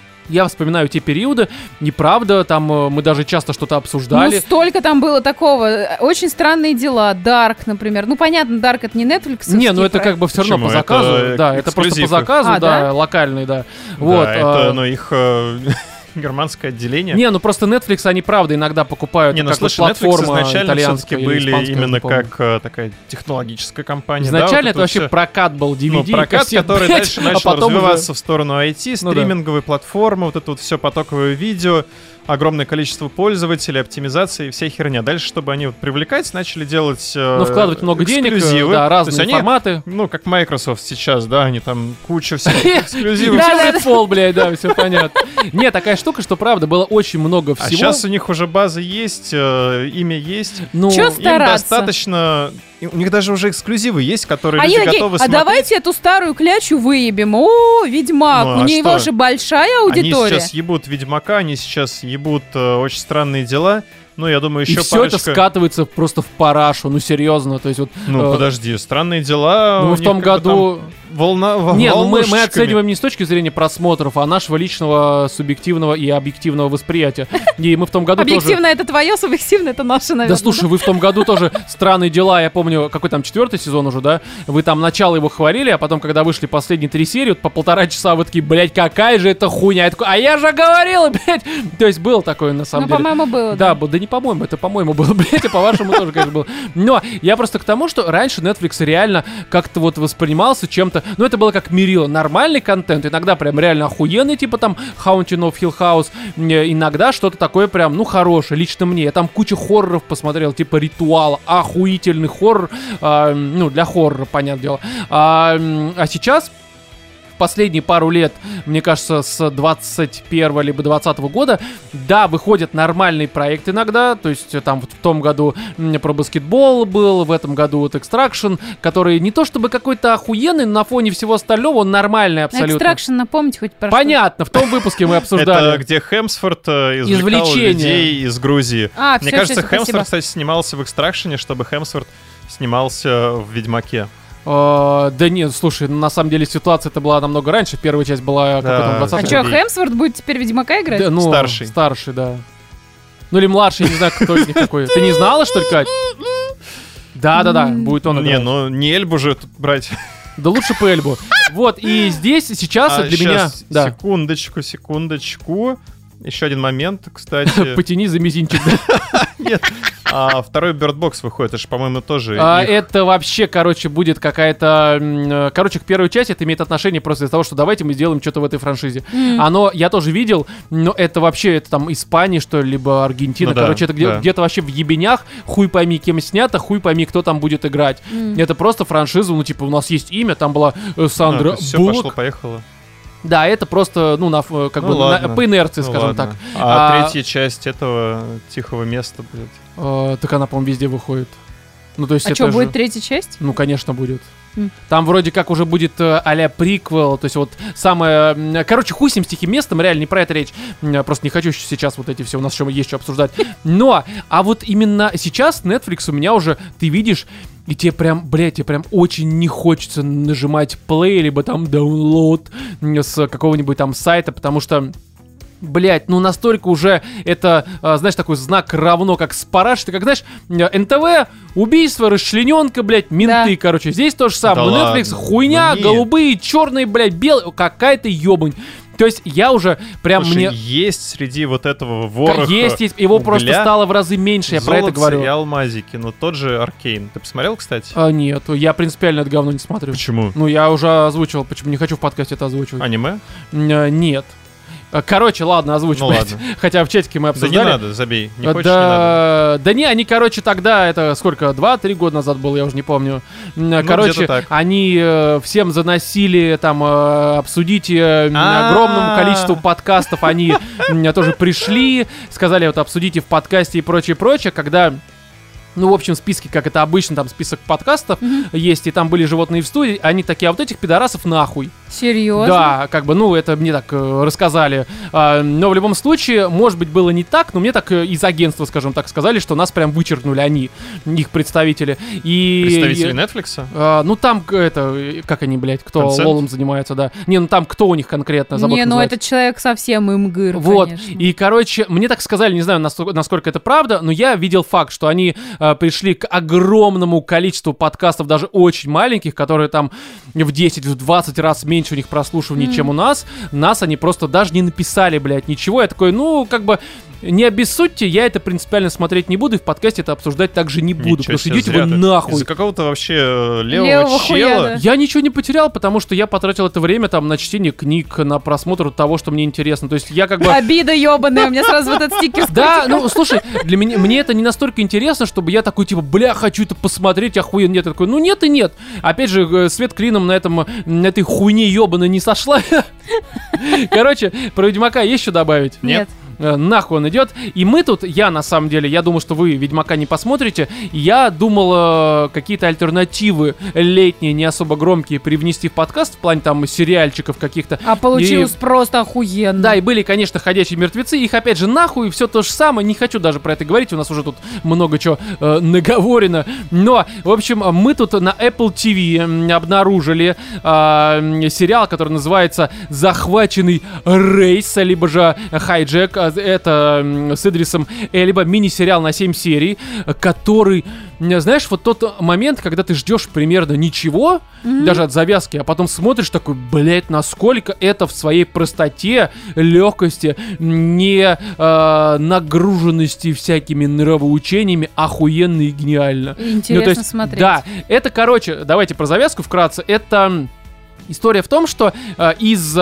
я вспоминаю те периоды, неправда, там э, мы даже часто что-то обсуждали. Ну, столько там было такого. Очень странные дела. Dark, например. Ну, понятно, Dark — это не Netflix. Не, ну это как бы все равно Почему? по заказу. Это Да, это просто по эксклюзив. заказу, А, да, да? локальный, да. Вот. Да, это, а, ну, их э, германское отделение. Не, ну просто Netflix, они правда иногда покупают Не, ну как вот слушай, Netflix платформа изначально итальянская все-таки или были испанская, именно не помню. как э, такая технологическая компания. Изначально да, вот это вообще всё. прокат был, ди ви Ну, ди, прокат, кассет, который блядь, дальше а начал потом уже- развиваться в сторону ай ти, Ну да. стриминговые платформы, вот это вот все потоковое видео, огромное количество пользователей, оптимизации, вся херня. Дальше, чтобы они вот привлекать, начали делать э, Ну, вкладывать много денег, э, эксклюзивы. да, То разные есть они, форматы. ну, как Microsoft сейчас, да, они там куча всяких эксклюзивов. Да, Всё да, да. Redfall, блядь, да, все понятно. Не, такая штука, что правда, было очень много А всего. сейчас у них уже база есть, э, имя есть. Ну, Чё Им стараться? достаточно... и У них даже уже эксклюзивы есть, которые Они люди такие, готовы а смотреть. давайте эту старую клячу выебем. О, Ведьмак, Ну, у а него что? же большая Они аудитория. сейчас ебут Ведьмака, они сейчас ебут э, очень странные дела. Ну, я думаю, и еще все это парочка... скатывается просто в парашу, ну серьезно, то есть вот... Ну, э, подожди, странные дела... ну, у мы в них том как бы там году... Волна... Не, ну мы, мы волнушечками. оцениваем не с точки зрения просмотров, а нашего личного субъективного и объективного восприятия. И мы в том году тоже... Объективно это твое, субъективно это наше, наверное. Да слушай, вы в том году тоже странные дела, я помню, какой там четвертый сезон уже, да? Вы там начало его хвалили, а потом, когда вышли последние три серии, вот по полтора часа вы такие, блядь, какая же это хуйня. Я такой, а я же говорил, блядь. То есть было такое на самом Ну, деле. по-моему, было. Да, был, да не по-моему, это по-моему было, блядь, а по-вашему тоже, конечно, было. Но я просто к тому, что раньше Netflix реально как-то вот воспринимался чем-то, ну это было как мерило, нормальный контент, иногда прям реально охуенный, типа там Haunting of Hill House, э, иногда что-то такое прям, ну хорошее, лично мне. Я там кучу хорроров посмотрел, типа Ритуал, охуительный хоррор, а, ну для хоррора, понятное дело. А, м, а сейчас... последние пару лет, мне кажется, с двадцать первого либо двадцатого года, да, выходят нормальные проекты иногда, то есть там вот в том году м, про баскетбол был, в этом году вот Extraction, который не то чтобы какой-то охуенный, но на фоне всего остального он нормальный абсолютно. Extraction, напомните хоть про Понятно, в том выпуске мы обсуждали. Это где Хемсворт э, извлекал Извлечение. людей из Грузии. А, Мне всё, кажется, всё, спасибо. Хемсворт, кстати, снимался в Экстракшене, чтобы Хемсворт снимался в Ведьмаке. Э, да нет, слушай, на самом деле ситуация это была намного раньше. Первая часть была Да. какой-то А двадцатый что, Окей. Хемсворт будет теперь Ведьмака играть? Да, ну, Старший. Старший, да. Ну или младший, я не знаю, кто из них какой. Ты не знала, что ли, Кать? Да-да-да, будет он Не, играть. ну не Эльбу же тут брать. Да лучше по Эльбу. Вот, и здесь сейчас А, для меня... щас, Да, Секундочку, секундочку. Еще один момент, кстати. потяни за мизинчик. да. Нет. А второй Bird Box выходит, это же, по-моему, тоже А, их. Это вообще, короче, будет какая-то... м, э, Короче, к первой части это имеет отношение просто из-за того, что давайте мы сделаем что-то в этой франшизе. М. Оно, я тоже видел, но это вообще, это там Испания, что ли, либо Аргентина. Ну да, Короче, это где- да. где-то вообще в ебенях, хуй пойми, кем снято, хуй пойми, кто там будет играть. М. Это просто франшиза, ну, типа, у нас есть имя, там была э, А, Сандра все Буллок. пошло-поехало. Да, это просто, ну, на, ф- э, как Ну бы, на- ладно, по инерции, Ну скажем ладно. так. А, А- третья часть этого тихого места, блядь. Э, так она, по-моему, везде выходит. Ну, то есть А это что, же- будет третья часть? Ну, конечно, будет. М. Там вроде как уже будет э, а-ля приквел, то есть вот самое... м, Короче, хуй с ним, с тихим местом, реально не про это речь. М, Просто не хочу щ- сейчас вот эти все, у нас еще есть что обсуждать. Но, а вот именно сейчас Netflix у меня уже, ты видишь, и тебе прям, блядь, тебе прям очень не хочется нажимать play, либо там download м, с какого-нибудь там сайта, потому что... Блять, ну настолько уже это, а, знаешь, такой знак равно, как с параш. Ты как, знаешь, эн тэ вэ, убийство, расчлененка, блядь, менты, Да. короче. Здесь то же самое. Да Но ладно. Netflix хуйня, Ну нет. голубые, черные, блядь, белые, какая-то ебань. То есть я уже прям Слушай, мне... есть среди вот этого вороха Есть, есть, его угля, просто стало в разы меньше, я про это золотца говорю. и алмазики. Ну, тот же Аркейн. Ты посмотрел, кстати? А, нет, я принципиально это говно не смотрю. Почему? Ну, я уже озвучивал, почему не хочу в подкасте это озвучивать. Аниме? М, а, Нет. А, Короче, ладно, озвучь, Ну блядь. ладно. Хотя в чатике мы Да обсуждали. не надо, забей. Не хочешь, да, не надо. да не, они, короче, тогда, это сколько, два-три года назад было, я уже не помню. М, Короче, где-то так. они э, всем заносили, там, э, обсудить э, м, А-а-а. огромному количеству подкастов, они м, тоже пришли, сказали, вот, обсудите в подкасте и прочее, прочее, когда... Ну, в общем, списки, как это обычно, там список подкастов есть, и там были животные в студии, они такие, а вот этих пидорасов нахуй. Серьезно? Да, как бы, ну, это мне так э, рассказали. А, но в любом случае, может быть, было не так, но мне так э, из агентства, скажем так, сказали, что нас прям вычеркнули они, их представители. И, Представители и, Netflix? а, ну, там, к- это, э, как они, блядь, кто Концерт? лолом занимается, да. Не, ну, там кто у них конкретно, забыл, Не, как ну называется. этот человек совсем имгыр, Вот, конечно. и, короче, мне так сказали, не знаю, насколько, насколько это правда, но я видел факт, что они э, пришли к огромному количеству подкастов, даже очень маленьких, которые там в десять-двадцать раз меньше у них прослушиваний, Мгм. чем у нас. Нас они просто даже не написали, блядь, ничего. Я такой, ну, как бы... Не обессудьте, я это принципиально смотреть не буду, и в подкасте это обсуждать также не буду, Ничего потому что себе, идите зря вы ты. нахуй. Из-за какого-то вообще э, левого, Левого хуя, чела. да. Я ничего не потерял, потому что я потратил это время там на чтение книг, на просмотр того, что мне интересно. То есть я как бы... Обида ебаная, у меня сразу вот этот стикер. Да, ну слушай, для меня мне это не настолько интересно, чтобы я такой типа, бля, хочу это посмотреть, охуенно. Нет, я такой, ну нет и нет. Опять же, э, свет клином на этом, на этой хуйне ебаной не сошла. Короче, про Ведьмака есть что добавить? Нет. Э, Нахуй он идет. И мы тут, я на самом деле, я думал, что вы Ведьмака не посмотрите. Я думал э, какие-то альтернативы летние, не особо громкие, привнести в подкаст в плане там сериальчиков каких-то. А получилось И- просто охуенно. Да, и были, конечно, ходячие мертвецы. Их опять же нахуй, все то же самое. Не хочу даже про это говорить. У нас уже тут много чего э, наговорено. Но, в общем, мы тут на Apple ти ви м, обнаружили э, сериал, который называется «Захваченный рейс», либо же «Хайджек». А, Это м, с Идрисом Эльба. Мини-сериал на семь серий, который, м, знаешь, вот тот момент, когда ты ждешь примерно ничего, даже от завязки, а потом смотришь такой, блять, насколько это в своей простоте, легкости, не э, нагруженности всякими нравоучениями охуенно и гениально. Интересно Ну, то есть, смотреть. Да, это, короче, давайте про завязку вкратце. Это История в том, что э, из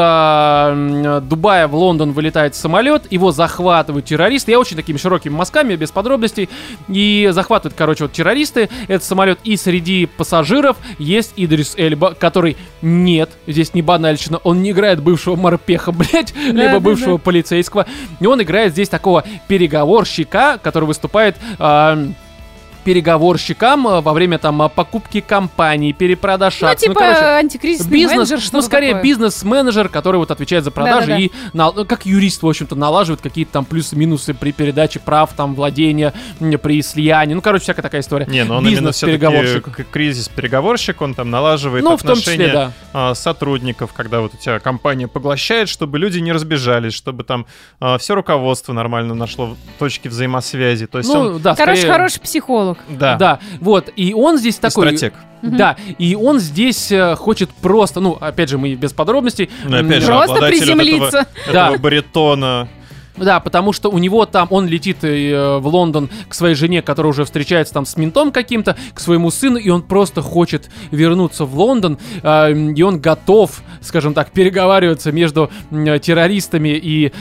э, Дубая в Лондон вылетает самолет, его захватывают террористы. Я очень такими широкими мазками, без подробностей. И захватывают, короче, вот террористы этот самолет. И среди пассажиров есть Идрис Эльба, который нет, здесь не банальщина, он не играет бывшего морпеха, блять, Да, либо да, бывшего да. полицейского. И он играет здесь такого переговорщика, который выступает... Э, переговорщикам э, во время там э, покупки компаний, перепродаж Ну, акций. типа короче, антикризисный бизнес, менеджер, ну, что-то скорее такое. бизнес-менеджер, который вот отвечает за продажи Да-да-да. и, на- ну, как юрист, в общем-то, налаживает какие-то там плюсы-минусы при передаче прав, там, владения, м, при слиянии. Ну, короче, всякая такая история. Не, но он именно все-таки Бизнес-переговорщик. к- кризис-переговорщик, он там налаживает Ну, в том отношения числе, да. а, сотрудников, когда вот у тебя компания поглощает, чтобы люди не разбежались, чтобы там все руководство нормально нашло точки взаимосвязи. То есть Ну, он... да, Короче, скорее- хороший психолог. Да, Да, вот, и он здесь и такой... стратег. Да, и он здесь э, хочет просто, ну, опять же, мы без подробностей. Ну, опять же, Просто обладатель вот этого, приземлиться. Да. этого баритона. Да, потому что у него там, он летит э, в Лондон к своей жене, которая уже встречается там с ментом каким-то, к своему сыну, и он просто хочет вернуться в Лондон, э, и он готов, скажем так, переговариваться между э, террористами и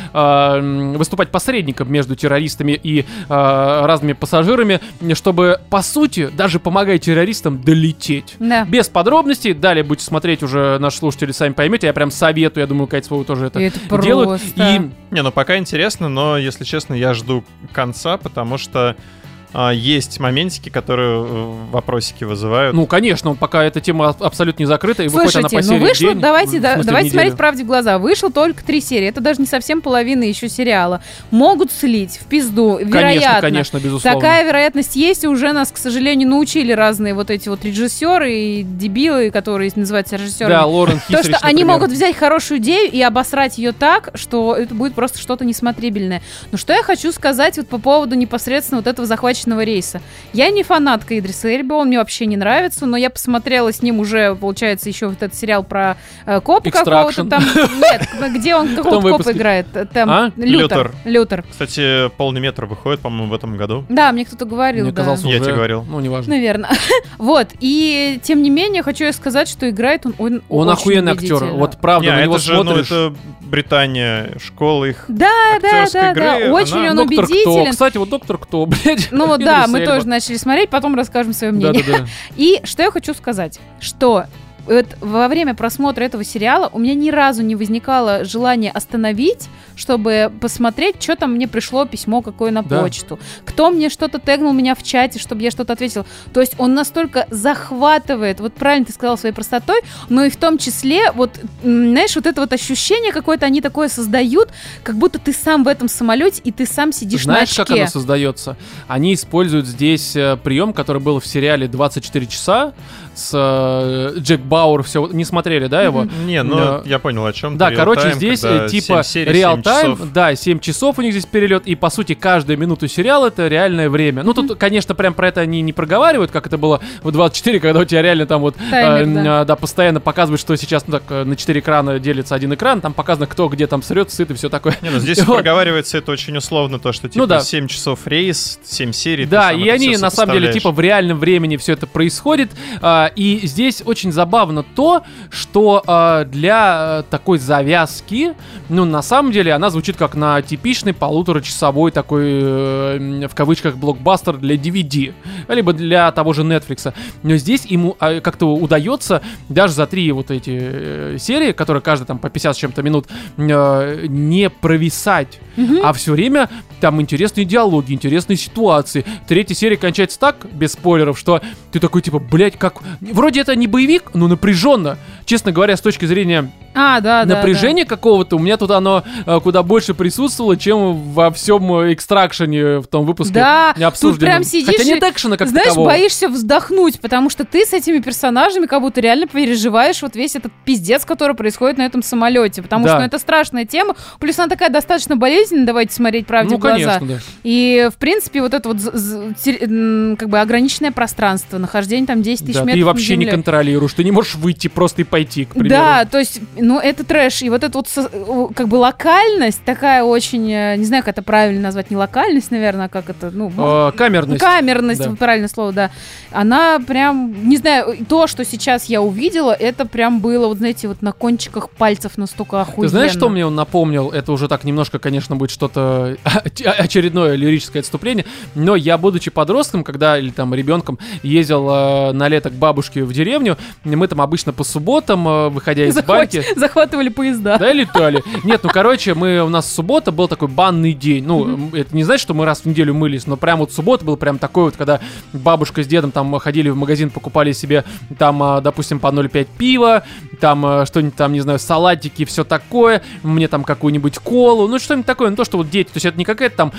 э, выступать посредником между террористами и э, разными пассажирами, чтобы, по сути, даже помогая террористам долететь. Да. Без подробностей, далее будете смотреть уже, наши слушатели сами поймете, я прям советую, я думаю, Кать Свою тоже это, И это делают. просто. И Не, ну пока интересно, но, если честно, я жду конца, потому что а, есть моментики, которые э, вопросики вызывают. Ну, конечно, пока эта тема аб- абсолютно не закрыта, и выходит она Слушайте, по ну серии в вышло, день, давайте, в да, смысле, в давайте неделю. смотреть правде в глаза. Вышло только три серии. Это даже не совсем половина еще сериала. Могут слить в пизду, Конечно, вероятно. конечно, безусловно. Такая вероятность есть, и уже нас, к сожалению, научили разные вот эти вот режиссеры и дебилы, которые называются режиссерами. Да, Лорен То, Хисрич, что они например. могут взять хорошую идею и обосрать ее так, что это будет просто что-то несмотрибельное. Но что я хочу сказать вот по поводу непосредственно вот этого захваченного рейса. Я не фанатка Идриса Эльбы, он мне вообще не нравится, но я посмотрела с ним уже, получается, еще вот этот сериал про э, копа какого-то Extraction. там. Нет, где он какого-то копа выпуске? играет. Там А? Лютер. Лютер. Кстати, полный метр выходит, по-моему, в этом году. Да, мне кто-то говорил, Мне да. казалось, Я уже- тебе говорил. Ну, неважно. Наверное. Вот. И тем не менее, хочу я сказать, что играет он, он, Он очень охуенный актер. убедительно. Вот правда, Не, на это него же, ну, смотришь. это Британия, школа их. Да, да, актерской да, игры, да. Очень она- он Доктор Кто. убедителен. Кстати, вот Доктор Кто, блядь. Ну вот да, Идрис мы Эльба. тоже начали смотреть, потом расскажем свое мнение. Да-да-да. И что я хочу сказать, что вот во время просмотра этого сериала у меня ни разу не возникало желания остановить, чтобы посмотреть, что там мне пришло письмо какое на Да. почту, кто мне что-то тегнул меня в чате, чтобы я что-то ответила. То есть он настолько захватывает, вот правильно ты сказал своей простотой, но и в том числе, вот, м, знаешь, вот это вот ощущение какое-то они такое создают, как будто ты сам в этом самолете, и ты сам сидишь Знаешь, на как очке. оно создается? Они используют здесь э, прием, который был в сериале двадцать четыре часа с э, Джек Бауэр. Все, не смотрели, да, его? Не, ну, Да. я понял, о чем. Да, короче, здесь э, типа реал-тайм, да, семь часов у них здесь перелет, и по сути каждая минута сериала это реальное время. Ну тут, конечно, прям про это они не проговаривают, как это было в двадцать четыре, когда у тебя реально там вот, Таймер, э, да. э, да, постоянно показывают, что сейчас, ну так, э, на четыре экрана делится один экран, там показано, кто где там срет, сыт и все такое. Не, ну здесь Вот. проговаривается это очень условно, то, что типа Ну да. семь часов рейс, семь серий. ты Да, сам и это они всё на самом деле сопоставляешь. типа в реальном времени все это происходит. а, И здесь очень забавно то, что а, для а, такой завязки, ну на самом деле она звучит как на типичный полуторачасовой такой, э, в кавычках, блокбастер для ди ви ди, либо для того же Netflix. Но здесь ему а, как-то удается даже за три вот эти э, серии, которые каждая там по пятьдесят с чем-то минут, э, не провисать, а все время там интересные диалоги, интересные ситуации. Третья серия кончается так, без спойлеров, что ты такой типа, блять, как... Вроде это не боевик, но напряженно. Честно говоря, с точки зрения А, да, да, напряжения какого-то, у меня тут оно э, куда больше присутствовало, чем во всем экстракшене в том выпуске Да, тут обсужденном. прям сидишь Хотя и, нет экшена как знаешь, такового. боишься вздохнуть, потому что ты с этими персонажами как будто реально переживаешь вот весь этот пиздец, который происходит на этом самолете, потому Да. что ну, это страшная тема, плюс она такая достаточно болезненная, давайте смотреть правде Ну, в глаза. конечно, да. И, в принципе, вот это вот з- з- те- м, как бы ограниченное пространство, нахождение там десять тысяч Да, метров ты вообще над не землей. контролируешь, ты не можешь выйти просто и пойти, к примеру. Да, то есть ну, это трэш. И вот эта вот со- как бы локальность такая очень, не знаю, как это правильно назвать, не локальность, наверное, а как это, ну... Э, камерность. Камерность, Да. правильное слово, да. Она прям, не знаю, то, что сейчас я увидела, это прям было, вот знаете, вот на кончиках пальцев настолько охуенно. Ты знаешь, что мне он напомнил? Это уже так немножко, конечно, будет что-то очередное лирическое отступление, но я, будучи подростком, когда, или там ребенком, ездил э, на лето к бабушке в деревню, мы там обычно по субботам, э, выходя из Захват- баньки... Захватывали поезда. Да, летали. Нет, ну, короче, мы, у нас суббота был такой банный день. Ну, mm-hmm. это не значит, что мы раз в неделю мылись, но прям вот суббота был прям такой вот, когда бабушка с дедом там ходили в магазин, покупали себе там, допустим, по ноль пять пива, там что-нибудь там, не знаю, салатики, все такое, мне там какую-нибудь колу, ну, что-нибудь такое, ну, то, что вот дети, то есть это не какая-то там,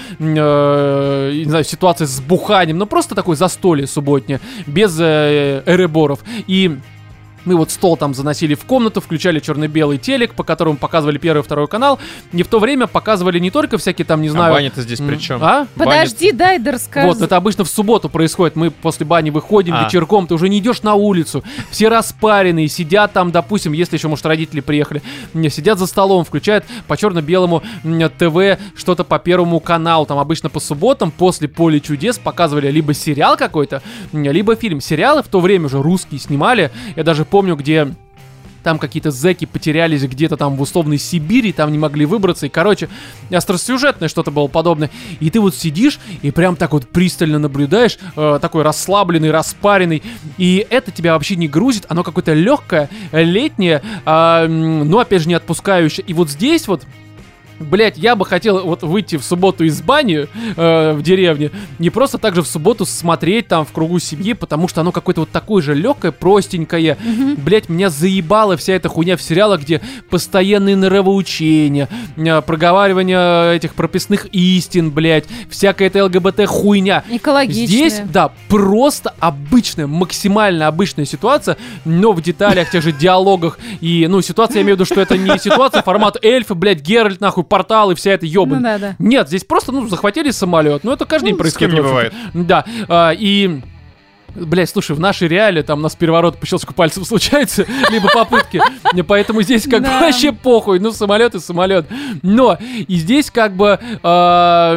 э, не знаю, ситуация с буханием, но просто такое застолье субботнее, без э, эреборов. И мы вот стол там заносили в комнату, включали черно-белый телек, по которому показывали первый и второй канал. И в то время показывали не только всякие там, не знаю... А баня-то здесь при чем? А? Подожди, баня... дай да расскажи. Вот, это обычно в субботу происходит. Мы после бани выходим а. вечерком, ты уже не идешь на улицу. Все распаренные, сидят там, допустим, если еще, может, родители приехали, сидят за столом, включают по черно-белому ТВ что-то по первому каналу. Там обычно по субботам после «Поле чудес» показывали либо сериал какой-то, либо фильм. Сериалы в то время уже русские снимали. Я даже помню, где там какие-то зэки потерялись где-то там в условной Сибири, там не могли выбраться, и, короче, остросюжетное что-то было подобное. И ты вот сидишь и прям так вот пристально наблюдаешь, э, такой расслабленный, распаренный, и это тебя вообще не грузит, оно какое-то легкое, летнее, э, но, опять же, не отпускающее. И вот здесь вот, блять, я бы хотел вот выйти в субботу из бани э, в деревне, не просто так же в субботу смотреть там в кругу семьи, потому что оно какое-то вот такое же легкое, простенькое. Mm-hmm. Блять, меня заебала вся эта хуйня в сериалах, где постоянные нравоучения, э, проговаривание этих прописных истин, блять, всякая эта ЛГБТ хуйня. Экологичная. Здесь, да, просто обычная, максимально обычная ситуация, но в деталях, тех же диалогах и, ну, ситуация, я имею в виду, что это не ситуация формат эльфы, блять, Геральт, нахуй, портал и вся эта ёбань. Ну, да, да. Нет, здесь просто, ну, захватили самолет. Ну, это каждый день Ну, происходит. с кем не бывает. Да, а, и... Блять, слушай, в нашей реале там у нас переворот по щелчку пальцев случается, либо попытки, поэтому здесь как бы Да. вообще похуй, ну самолет и самолет. Но и здесь как бы а,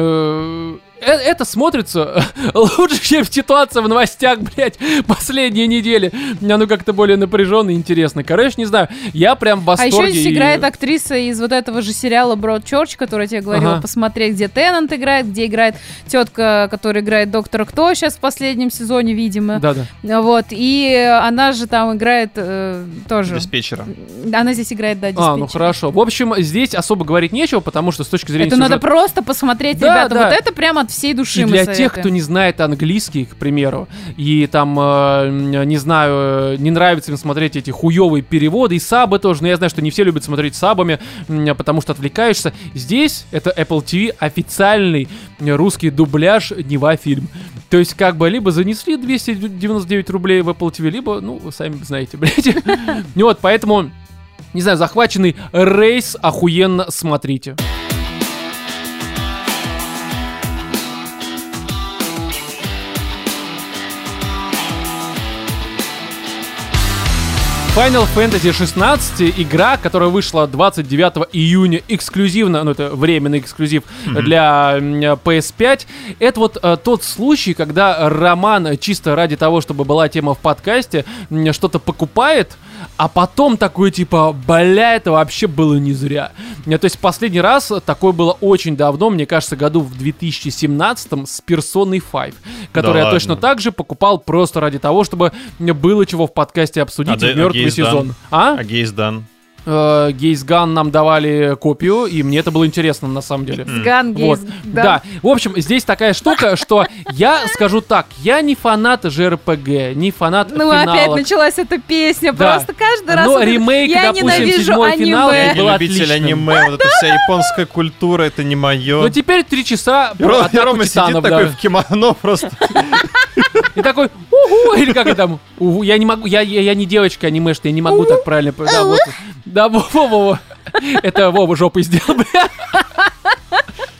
э, э, это смотрится лучше, чем ситуация в новостях, блять, последние недели. Оно как-то более напряженно и интересно. Короче, не знаю, я прям в А восторге. еще здесь и- играет актриса из вот этого же сериала Broadchurch, который я тебе говорила, Ага. посмотреть, где Теннант играет, где играет тетка, которая играет Доктора Кто сейчас в последнем сезоне, видимо. Да-да. Вот, и она же там играет э, тоже. Диспетчера. Она здесь играет, да, диспетчера. А, ну хорошо. В общем, здесь особо говорить нечего, потому что с точки зрения Это надо сюжета- просто посмотреть, Да, ребята. да. Вот это прям от всей души И мы для тех, советуем. кто не знает английский, к примеру, и там, э, не знаю, не нравится им смотреть эти хуёвые переводы, и сабы тоже, но я знаю, что не все любят смотреть сабами, м, потому что отвлекаешься. Здесь это Apple ти ви, официальный русский дубляж Нева фильм. То есть, как бы, либо занесли двести девяносто девять рублей в Apple ти ви, либо, ну, вы сами знаете, блядь. Ну вот, поэтому, не знаю, захваченный рейс охуенно смотрите. Final Fantasy шестнадцать, игра, которая вышла двадцать девятого июня эксклюзивно, ну это временный эксклюзив Мгм. для м, пи эс пять. Это вот э, тот случай, когда Роман чисто ради того, чтобы была тема в подкасте, м, что-то покупает, а потом такой типа, бля, это вообще было не зря. Э, То есть последний раз такое было очень давно, мне кажется, году в две тысячи семнадцатом с Persona пять, который Да я ладно. точно так же покупал просто ради того, чтобы было чего в подкасте обсудить А в да- а мертвый Гейз сезон. Дан? А? А Гейз Дан. Гейз Ган нам давали копию, и мне это было интересно на самом деле. Сган, Вот, гейз, да. В общем, здесь такая штука, что я скажу так, я не фанат джей ар пи джи, не фанат Ну, опять финалок. началась эта песня. Да. Просто каждый раз... Но вот это, ремейк, я допустим, ненавижу седьмой финал, аниме. Я это не было любитель отличным. аниме, вот эта вся японская культура, это не мое. Ну теперь три часа И про Ро- и атаку Рома сидит титанов, такой да. в кимоно просто. И такой, угу, или как это там, угу, я не могу, я, я, я не девочка анимешная, я не могу так правильно, да, вот, да, Вова, Вова, это Вова жопой сделал, бля.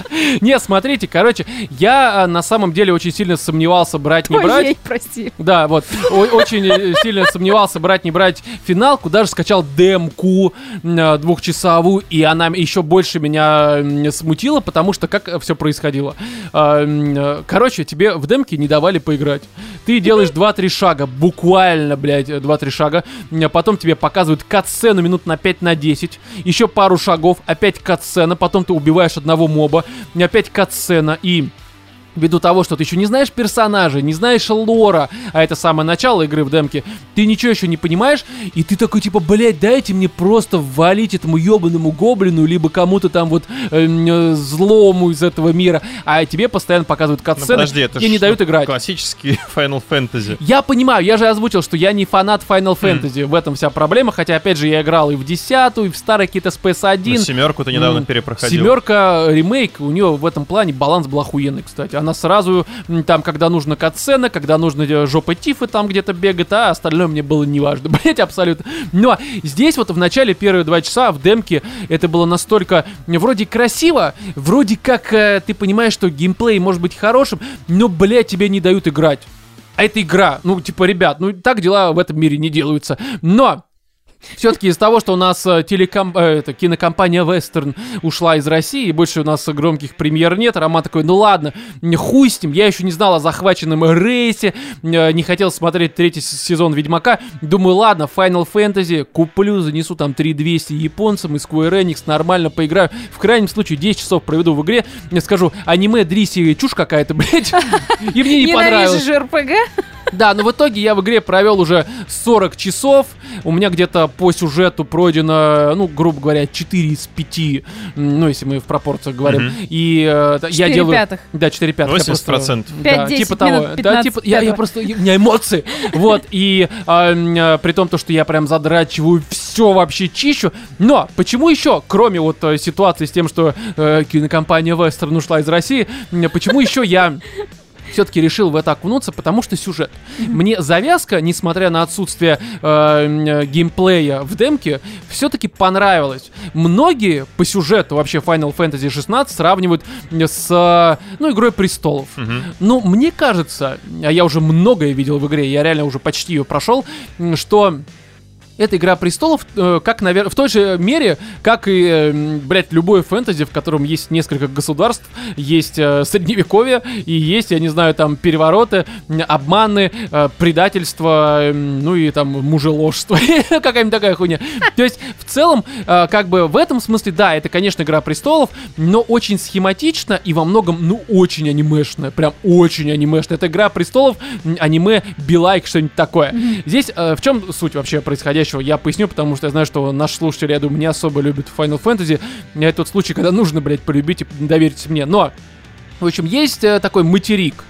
Не, смотрите, короче, я на самом деле очень сильно сомневался, брать, не брать. Ой, прости. Да, вот, о- очень сильно сомневался, брать, не брать финалку, даже скачал демку э, двухчасовую, и она еще больше меня м, смутила, потому что как все происходило. Э, э, короче, тебе в демке не давали поиграть. Ты делаешь два-три шага, буквально, блядь, два-три шага, потом тебе показывают катсцену минут на пять на десять, еще пару шагов, опять катсцена, потом ты убиваешь одного моба, опять катсцена, и ввиду того, что ты еще не знаешь персонажей, не знаешь лора, а это самое начало игры в демке, ты ничего еще не понимаешь, и ты такой типа, блядь, дайте мне просто валить этому ебаному гоблину, либо кому-то там вот э, злому из этого мира, а тебе постоянно показывают Ну, катсцены подожди, это и ж не дают играть. классический Final Fantasy. Я понимаю, я же озвучил, что я не фанат Final Fantasy, в этом вся проблема, хотя, опять же, я играл и в десятую, и в старые какие-то Space Ну, один. семерку ты недавно М, перепроходил. Семерка ремейк, у нее в этом плане баланс был охуенный, кстати. Она сразу, м, там, когда нужно катсцена, когда нужно э, жопа Тифы там где-то бегать, а остальное мне было неважно, блять, абсолютно. Но здесь вот в начале первые два часа в демке это было настолько вроде красиво, вроде как э, ты понимаешь, что геймплей может быть хорошим, но, блядь, тебе не дают играть. А это игра. Ну, типа, ребят, ну так дела в этом мире не делаются. Но все-таки из того, что у нас э, телеком... э, это, кинокомпания Western ушла из России, и больше у нас громких премьер нет, Роман такой, ну ладно, хуй с ним, я еще не знал о захваченном рейсе, э, не хотел смотреть третий с- сезон Ведьмака, думаю, ладно, Final Fantasy куплю, занесу там три тысячи двести японцам и Square Enix, нормально поиграю, в крайнем случае десять часов проведу в игре, я скажу, аниме Дриси чушь какая-то, блядь, и мне не понравилось. Ненавижу же эр пи гэ. Да, но в итоге я в игре провел уже сорок часов. У меня где-то по сюжету пройдено, ну, грубо говоря, четыре из пяти. м, Ну, если мы в пропорциях говорим. Мгм. И э, я четыре делаю... пятых. Да, четыре пятых. Я восемьдесят процентов. просто- пять Да, десять типа того. минут, Да, пятнадцать типа, я, я пятого. просто... У меня эмоции. Вот, и а, м, а, при том, то, что я прям задрачиваю все вообще чищу. Но почему еще, кроме вот э, ситуации с тем, что э, кинокомпания Western ушла из России, м, почему еще я... все-таки решил в это окунуться, потому что сюжет. Мне завязка, несмотря на отсутствие э, м, геймплея в демке, все-таки понравилась. Многие по сюжету вообще Final Fantasy шестнадцать сравнивают с, э, ну, Игрой Престолов. Мгм. Но мне кажется, а я уже многое видел в игре, я реально уже почти ее прошел, м, что... Это Игра Престолов, э, как, наверное, в той же мере, как и, э, м, блядь, любое фэнтези, в котором есть несколько государств, есть э, средневековье, и есть, я не знаю, там, перевороты, м, обманы, э, предательство, э, ну и там, мужеложство, какая-нибудь такая хуйня. То есть, в целом, э, как бы в этом смысле, да, это, конечно, Игра Престолов, но очень схематично и во многом, ну, очень анимешная, прям очень анимешная. Это Игра Престолов, м, аниме, билайк, что-нибудь такое. Здесь э, в чем суть вообще происходящего? Я поясню, потому что я знаю, что наши слушатели, я думаю, не особо любят Final Fantasy. Это тот случай, когда нужно, блядь, полюбить и довериться мне. Но, в общем, есть э, такой материк.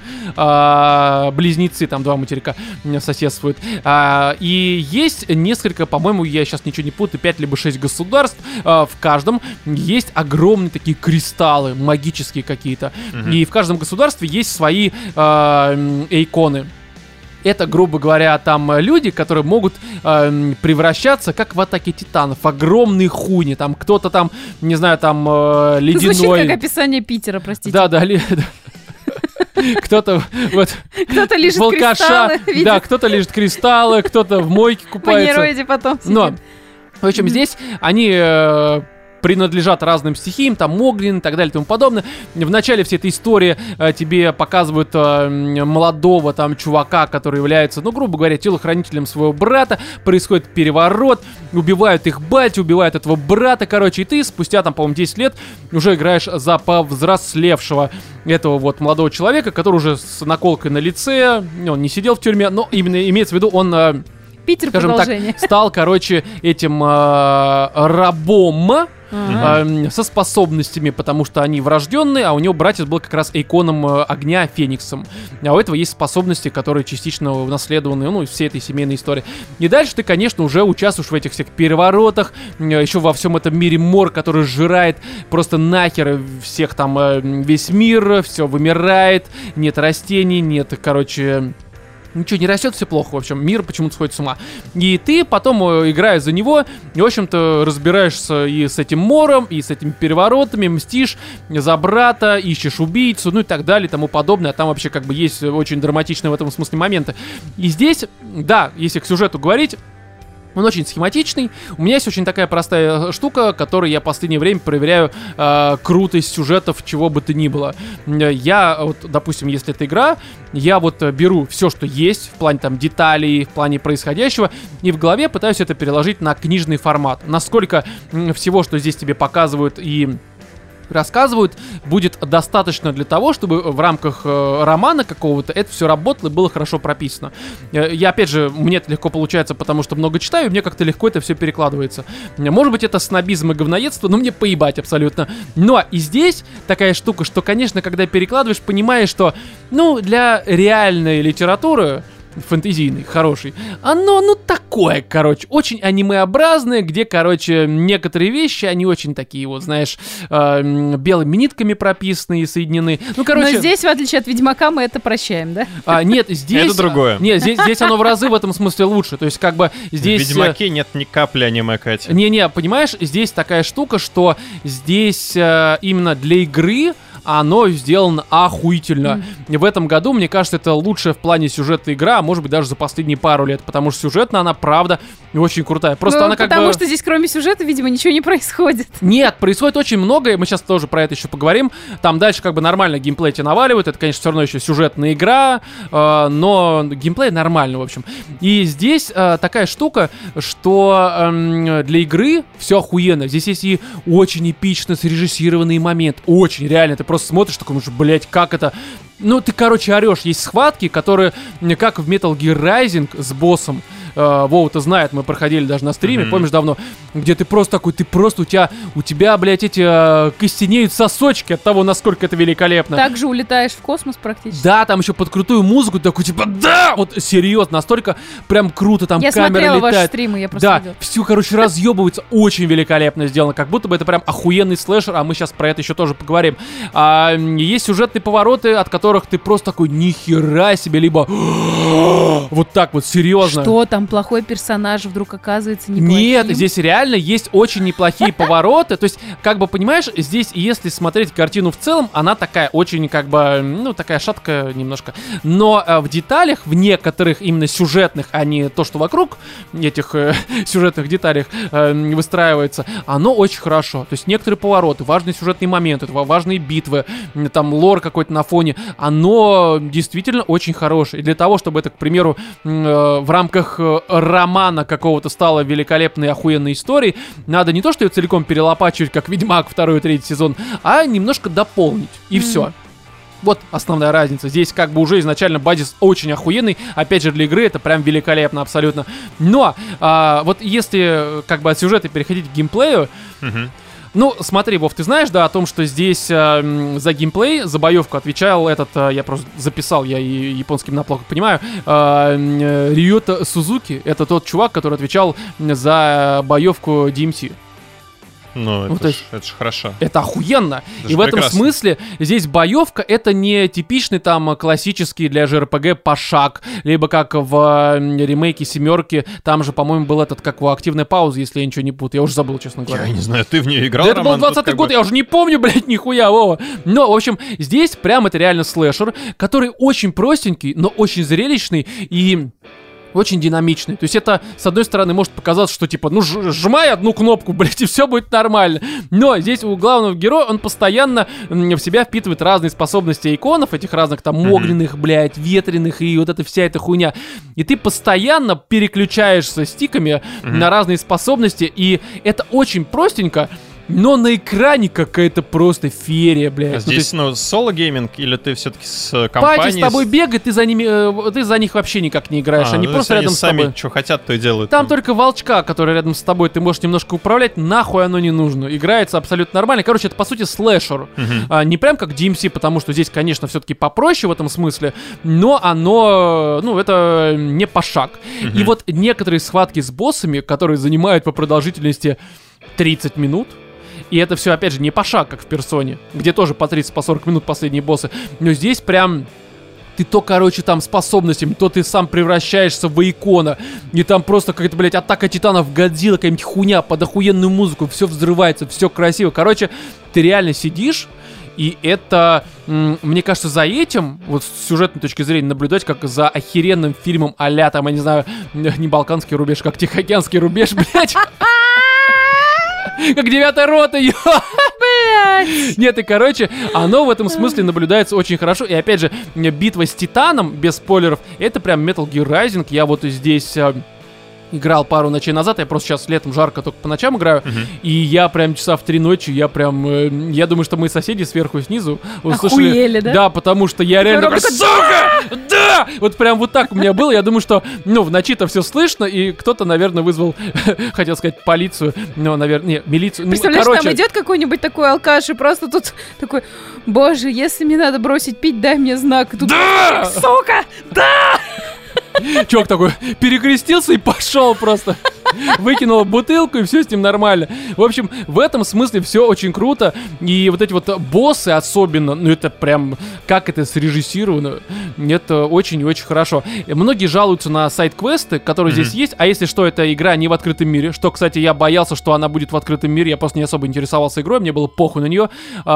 а, близнецы, там два материка м, соседствуют. А, и есть несколько, по-моему, я сейчас ничего не путаю, пять либо шесть государств. А, в каждом есть огромные такие кристаллы, магические какие-то. Мгм. И в каждом государстве есть свои а, м, эйконы. Это, грубо говоря, там э, люди, которые могут эм, превращаться, как в Атаке Титанов. Огромные хуйни. Там кто-то там, не знаю, там э, ледяной... Звучит как описание Питера, простите. Да, да, ли- кто-то вот Кто-то лежит волкаша, кристаллы, видит да, кто-то лежит кристаллы, кто-то в мойке в купается. манероиде потом сидит. Но, в общем, здесь они э, принадлежат разным стихиям, там Моглин и так далее и тому подобное. В начале всей этой истории э, тебе показывают э, м, молодого там чувака, который является, ну, грубо говоря, телохранителем своего брата. Происходит переворот, убивают их батю, убивают этого брата, короче, и ты спустя там, по-моему, десять лет уже играешь за повзрослевшего этого вот молодого человека, который уже с наколкой на лице, он не сидел в тюрьме, но именно имеется в виду, он... э, Питер скажем продолжение. так, стал, короче, этим э, рабом Ага. э, со способностями, потому что они врожденные, а у него братец был как раз эйконом э, огня, фениксом. А у этого есть способности, которые частично унаследованы, ну, из всей этой семейной истории. И дальше ты, конечно, уже участвуешь в этих всех переворотах, э, еще во всем этом мире мор, который сжирает просто нахер всех там, э, весь мир, все вымирает, нет растений, нет, короче... ничего не растет, все плохо, в общем, мир почему-то сходит с ума. И ты потом, играя за него, в общем-то, разбираешься и с этим мором, и с этими переворотами, мстишь за брата, ищешь убийцу, ну и так далее, и тому подобное. А там вообще как бы есть очень драматичные в этом смысле моменты. И здесь, да, если к сюжету говорить, он очень схематичный. У меня есть очень такая простая штука, которой я в последнее время проверяю э, крутость сюжетов, чего бы то ни было. Я, вот, допустим, если это игра, я вот беру все, что есть, в плане там деталей, в плане происходящего, и в голове пытаюсь это переложить на книжный формат. Насколько всего, что здесь тебе показывают и рассказывают, будет достаточно для того, чтобы в рамках э, романа какого-то это все работало и было хорошо прописано. Э, я, опять же, мне это легко получается, потому что много читаю, и мне как-то легко это все перекладывается. Может быть, это снобизм и говноедство, но мне поебать абсолютно. Но и здесь такая штука, что, конечно, когда перекладываешь, понимаешь, что, ну, для реальной литературы, фэнтезийный, хороший, оно, ну, такое, короче, очень анимеобразное, где, короче, некоторые вещи, они очень такие вот, знаешь, э, белыми нитками прописаны и соединены. Ну, короче... Но здесь, в отличие от Ведьмака, мы это прощаем, да? А, нет, здесь... Это другое. Нет, здесь, здесь оно в разы в этом смысле лучше, то есть, как бы, здесь... В Ведьмаке нет ни капли аниме, Катя. Не-не, понимаешь, здесь такая штука, что здесь э, именно для игры оно сделано охуительно. Mm. В этом году, мне кажется, это лучшая в плане сюжета игра, а может быть даже за последние пару лет, потому что сюжетно она, правда, очень крутая. Просто ну, она как потому бы... что здесь кроме сюжета, видимо, ничего не происходит. Нет, происходит очень многое, мы сейчас тоже про это еще поговорим. Там дальше как бы нормально геймплей тебе наваливают, это, конечно, все равно еще сюжетная игра, э, но геймплей нормальный, в общем. И здесь э, такая штука, что э, для игры все охуенно. Здесь есть и очень эпично срежиссированный момент, очень, реально, ты просто смотришь, такой, ну, блять, как это... Ну, ты, короче, орешь. Есть схватки, которые, как в Metal Gear Rising с боссом, э, Вова-то знает, мы проходили даже на стриме, mm-hmm. помнишь, давно, где ты просто такой, ты просто, у тебя, у тебя, блядь, эти э, костенеют сосочки от того, насколько это великолепно. Также улетаешь в космос практически. Да, там еще под крутую музыку, такой, типа, да, вот серьезно, настолько прям круто, там я камера летает. Я смотрела ваши стримы, я просто Да, видела. все, короче, разъебывается, очень великолепно сделано, как будто бы это прям охуенный слэшер, а мы сейчас про это еще тоже поговорим. А, есть сюжетные повороты, от которых ты просто такой, нихера себе, либо вот так вот, серьезно. Что там, плохой персонаж вдруг оказывается неплохим? Нет, здесь реально есть очень неплохие повороты, то есть, как бы, понимаешь, здесь, если смотреть картину в целом, она такая очень, как бы, ну, такая шаткая немножко, но э, в деталях, в некоторых именно сюжетных, а не то, что вокруг этих э, сюжетных деталях э, выстраивается, оно очень хорошо, то есть некоторые повороты, важные сюжетные моменты, важные битвы, там лор какой-то на фоне, оно действительно очень хорошее. И для того, чтобы это, к примеру, в рамках романа какого-то стало великолепной, охуенной историей, надо не то, что ее целиком перелопачивать, как Ведьмак второй и третий сезон, а немножко дополнить. И mm-hmm. все. Вот основная разница. Здесь как бы уже изначально базис очень охуенный. Опять же, для игры это прям великолепно абсолютно. Но а, вот если как бы от сюжета переходить к геймплею, mm-hmm. ну, смотри, Вов, ты знаешь, да, о том, что здесь э, за геймплей, за боевку отвечал этот, э, я просто записал, я и японским наплохо понимаю, э, Рьюта Сузуки, это тот чувак, который отвечал за боевку ди эм си. Ну, это, ну, ж, есть, это ж хорошо. Это охуенно. Это и в этом прекрасно. смысле здесь боевка это не типичный там классический для жэ эр пэ гэ пошаг, либо как в э, ремейке «Семерки», там же, по-моему, был этот, как в «Активная пауза», если я ничего не путаю. Я уже забыл, честно говоря. Я не знаю, ты в нее играл, да это был Роман, двадцатый год, бы... я уже не помню, блядь, нихуя, Вова. Но, в общем, здесь прям это реально слэшер, который очень простенький, но очень зрелищный и... очень динамичный. То есть это, с одной стороны, может показаться, что типа, ну, ж- сжимай одну кнопку, блядь, и все будет нормально. Но здесь у главного героя, он постоянно м- в себя впитывает разные способности иконов, этих разных там mm-hmm. огненных, блядь, ветреных и вот эта вся эта хуйня. И ты постоянно переключаешься стиками mm-hmm. на разные способности, и это очень простенько, но на экране какая-то просто феерия, блядь. А здесь, ну, есть... соло-гейминг или ты все-таки с компанией... Пати с тобой с... бегает, ты за ними, э, ты за них вообще никак не играешь, а, они ну, просто рядом они с тобой. сами что хотят, то и делают. Там, там только волчка, который рядом с тобой, ты можешь немножко управлять, нахуй оно не нужно. Играется абсолютно нормально. Короче, это, по сути, слэшер. Uh-huh. А, не прям как ди эм си, потому что здесь, конечно, все-таки попроще в этом смысле, но оно, ну, это не пошаг. Uh-huh. И вот некоторые схватки с боссами, которые занимают по продолжительности тридцать минут, и это все, опять же, не пошаг, как в Персоне, где тоже по тридцать-сорок минут последние боссы. Но здесь прям ты то, короче, там способностями, то ты сам превращаешься в икона, и там просто какая-то, блядь, атака титанов, Годзилла, какая-нибудь хуйня, под охуенную музыку, все взрывается, все красиво. Короче, ты реально сидишь, и это, м- мне кажется, за этим, вот с сюжетной точки зрения, наблюдать, как за охеренным фильмом а-ля, там, я не знаю, не балканский рубеж, как Тихоокеанский рубеж, блядь. Как девятая рота, ё! Блядь. Нет, и, короче, оно в этом смысле наблюдается очень хорошо. И, опять же, битва с Титаном, без спойлеров, это прям Metal Gear Rising. Я вот здесь... играл пару ночей назад, я просто сейчас летом жарко только по ночам играю, uh-huh. и я прям часа в три ночи, я прям, э, я думаю, что мои соседи сверху и снизу услышали. Охуели, да? Да, потому что я реально такой, сука, да! Вот прям вот так у меня было, я думаю, что, ну, в ночи-то все слышно, и кто-то, наверное, вызвал, хотел сказать, полицию, но, наверное, не, милицию. Представляешь, ну, короче... там идет какой-нибудь такой алкаш, и просто тут такой, боже, если мне надо бросить пить, дай мне знак. И тут, да! Сука, да! Чувак такой перекрестился и пошел просто. Выкинул бутылку, и все с ним нормально. В общем, в этом смысле все очень круто. И вот эти вот боссы особенно, ну это прям, как это срежиссировано, это очень и очень хорошо. Многие жалуются на сайд-квесты, которые mm-hmm. здесь есть. А если что, это игра не в открытом мире. Что, кстати, я боялся, что она будет в открытом мире. Я просто не особо интересовался игрой, мне было похуй на нее.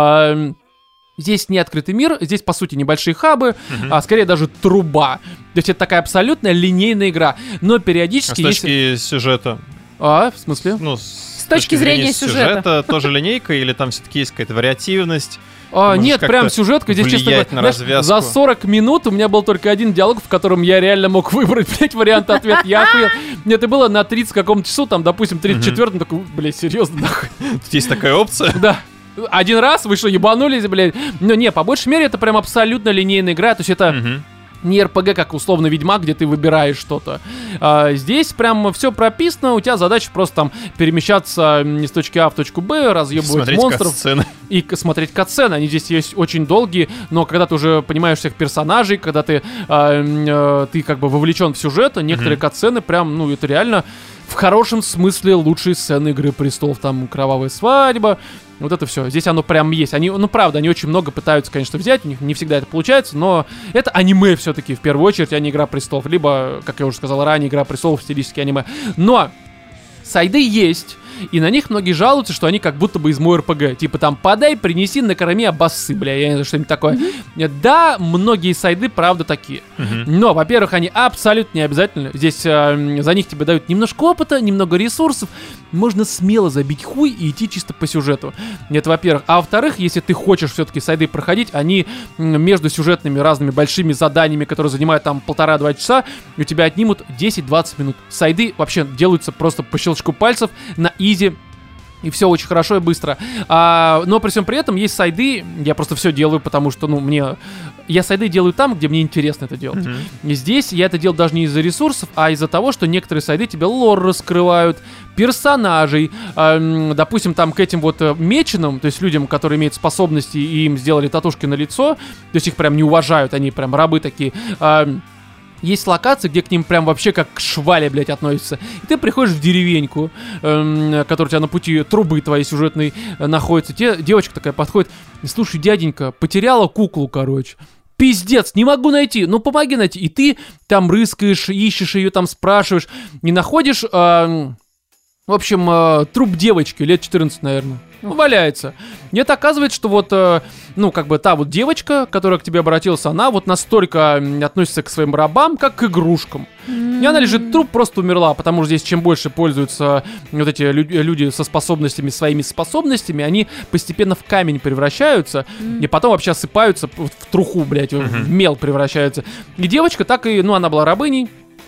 Здесь не открытый мир, здесь, по сути, небольшие хабы, uh-huh. а скорее даже труба. То есть это такая абсолютно линейная игра. Но периодически... А с точки есть... сюжета? А, в смысле? Ну, с, с точки, точки зрения, зрения сюжета. сюжета тоже линейка или там все-таки есть какая-то вариативность? А, нет, прям сюжетка. Здесь, честно говоря, знаешь, за сорок минут у меня был только один диалог, в котором я реально мог выбрать, блядь, вариант ответа. Я охуел. Нет, это было на тридцать каком-то часу, там, допустим, тридцать четвёртом, такой, блядь, серьезно, нахуй. Тут есть такая опция? Да. Один раз, вы что, ебанулись, блядь? Ну, не, по большей мере, это прям абсолютно линейная игра. То есть это uh-huh. не эр пэ гэ, как условно Ведьмак, где ты выбираешь что-то. А, здесь прям все прописано. У тебя задача просто там перемещаться из точки А в точку Б, разъебывать смотреть монстров. Кат-сцены. И смотреть катсцены. Они здесь есть очень долгие, но когда ты уже понимаешь всех персонажей, когда ты, а, а, ты как бы вовлечен в сюжет, некоторые uh-huh. катсцены прям, ну, это реально... В хорошем смысле лучшие сцены Игры Престолов. Там кровавая свадьба. Вот это все. Здесь оно прям есть. Они, ну, правда, они очень много пытаются, конечно, взять. У них не всегда это получается. Но это аниме все-таки в первую очередь, а не Игра Престолов. Либо, как я уже сказал ранее, Игра Престолов в стилистике аниме. Но сайды есть. И на них многие жалуются, что они как будто бы из мо эр пэ гэ. Типа там подай, принеси, накорми обоссы, бля, я не знаю, что-нибудь такое. Mm-hmm. Да, многие сайды, правда, такие. Mm-hmm. Но, во-первых, они абсолютно не обязательны. Здесь э, за них тебе дают немножко опыта, немного ресурсов. Можно смело забить хуй и идти чисто по сюжету. Это, во-первых. А во-вторых, если ты хочешь все-таки сайды проходить, они между сюжетными разными большими заданиями, которые занимают там полтора-два часа, у тебя отнимут десять-двадцать минут. Сайды вообще делаются просто по щелчку пальцев на изи, и все очень хорошо и быстро. А, но при всем при этом есть сайды, я просто все делаю, потому что, ну, мне... Я сайды делаю там, где мне интересно это делать. Mm-hmm. И здесь я это делаю даже не из-за ресурсов, а из-за того, что некоторые сайды тебе лор раскрывают, персонажей. Э, допустим, там к этим вот меченым, то есть людям, которые имеют способности и им сделали татушки на лицо, то есть их прям не уважают, они прям рабы такие... Э, Есть локации, где к ним прям вообще как к швале, блядь, относятся. И ты приходишь в деревеньку, эм, которая у тебя на пути трубы твоей сюжетной э, находится. Те, девочка такая подходит: слушай, дяденька, потеряла куклу, короче. Пиздец, не могу найти, ну помоги найти. И ты там рыскаешь, ищешь ее, там спрашиваешь, не находишь... Э, в общем, э, труп девочки, лет четырнадцать, наверное, валяется. И это оказывается, что вот, э, ну, как бы та вот девочка, которая к тебе обратилась, она вот настолько относится к своим рабам, как к игрушкам. Mm-hmm. И она лежит, труп просто умерла, потому что здесь чем больше пользуются вот эти лю- люди со способностями, своими способностями, они постепенно в камень превращаются, mm-hmm. и потом вообще осыпаются в, в труху, блядь, mm-hmm. в мел превращаются. И девочка так и, ну, она была рабыней.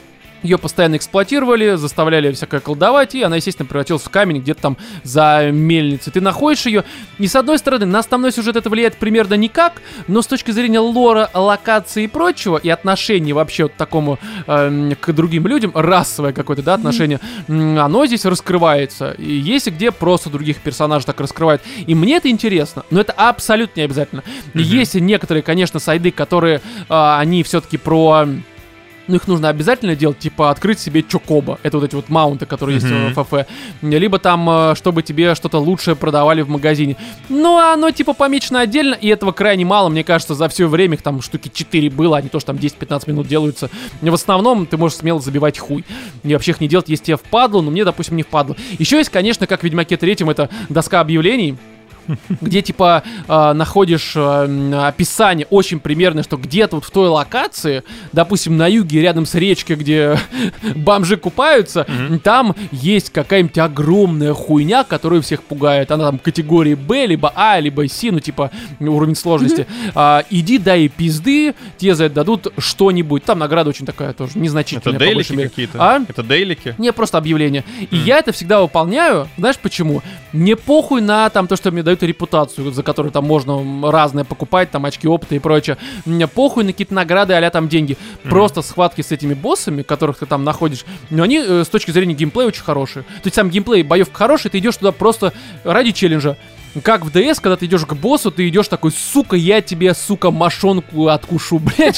Ее постоянно эксплуатировали, заставляли всякое колдовать, и она, естественно, превратилась в камень где-то там за мельницей. Ты находишь ее, и с одной стороны, на основной сюжет это влияет примерно никак, но с точки зрения лора, локации и прочего, и отношения вообще вот такому э, к другим людям, расовое какое-то, да, отношение, mm-hmm. оно здесь раскрывается. И есть где просто других персонажей так раскрывают. И мне это интересно, но это абсолютно не обязательно. Mm-hmm. Есть некоторые, конечно, сайды, которые, э, они все-таки про... ну, их нужно обязательно делать, типа открыть себе чокоба. Это вот эти вот маунты, которые есть Мгм. в ФФ. Либо там, э, чтобы тебе что-то лучшее продавали в магазине. Ну, оно типа помечено отдельно, и этого крайне мало. Мне кажется, за все время их там штуки четыре было, а не то, что там десять-пятнадцать минут делаются. В основном ты можешь смело забивать хуй. И вообще их не делать, если тебе впадло, но мне, допустим, не впадло. Еще есть, конечно, как в Ведьмаке третьем, это доска объявлений, где, типа, э, находишь э, описание очень примерное, что где-то вот в той локации, допустим, на юге, рядом с речкой, где бомжи купаются, Мгм. там есть какая-нибудь огромная хуйня, которая всех пугает. Она там категории Б, либо А, либо С, ну, типа, уровень сложности. А, иди, дай пизды, тебе за это дадут что-нибудь. Там награда очень такая тоже, Это незначительная, по дейлики большей мере. какие-то? А? Это дейлики? Не, просто объявление. И Мгм. я это всегда выполняю. Знаешь почему? Мне похуй на там то, что мне дают репутацию, за которую там можно разное покупать, там очки опыта и прочее. Мне похуй на какие-то награды, а-ля там деньги. Мгм. Просто схватки с этими боссами, которых ты там находишь, но они э, с точки зрения геймплея очень хорошие. То есть сам геймплей, боевка хороший, ты идешь туда просто ради челленджа. Как в ДС, когда ты идешь к боссу, ты идешь такой, сука, я тебе, сука, мошонку откушу, блядь.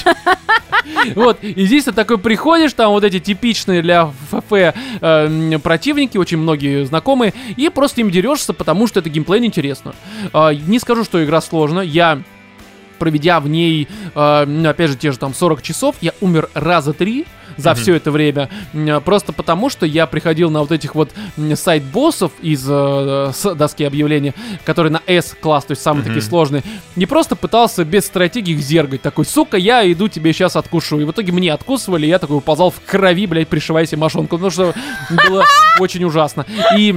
Вот, и здесь ты такой приходишь, там вот эти типичные для ФФ э, м, противники, очень многие знакомые, и просто им дерешься, потому что это геймплей интересно. Э, не скажу, что игра сложна, я, проведя в ней, э, ну, опять же, те же там сорок часов, я умер раза три за Мгм. все это время, м, просто потому что я приходил на вот этих вот м, сайт-боссов из э, с доски объявления, которые на S-класс, то есть самые Мгм. такие сложные, не просто пытался без стратегии их зергать, такой, сука, я иду тебе сейчас откушу, и в итоге мне откусывали, и я такой уползал в крови, блядь, пришивая себе мошонку, потому что было очень ужасно. И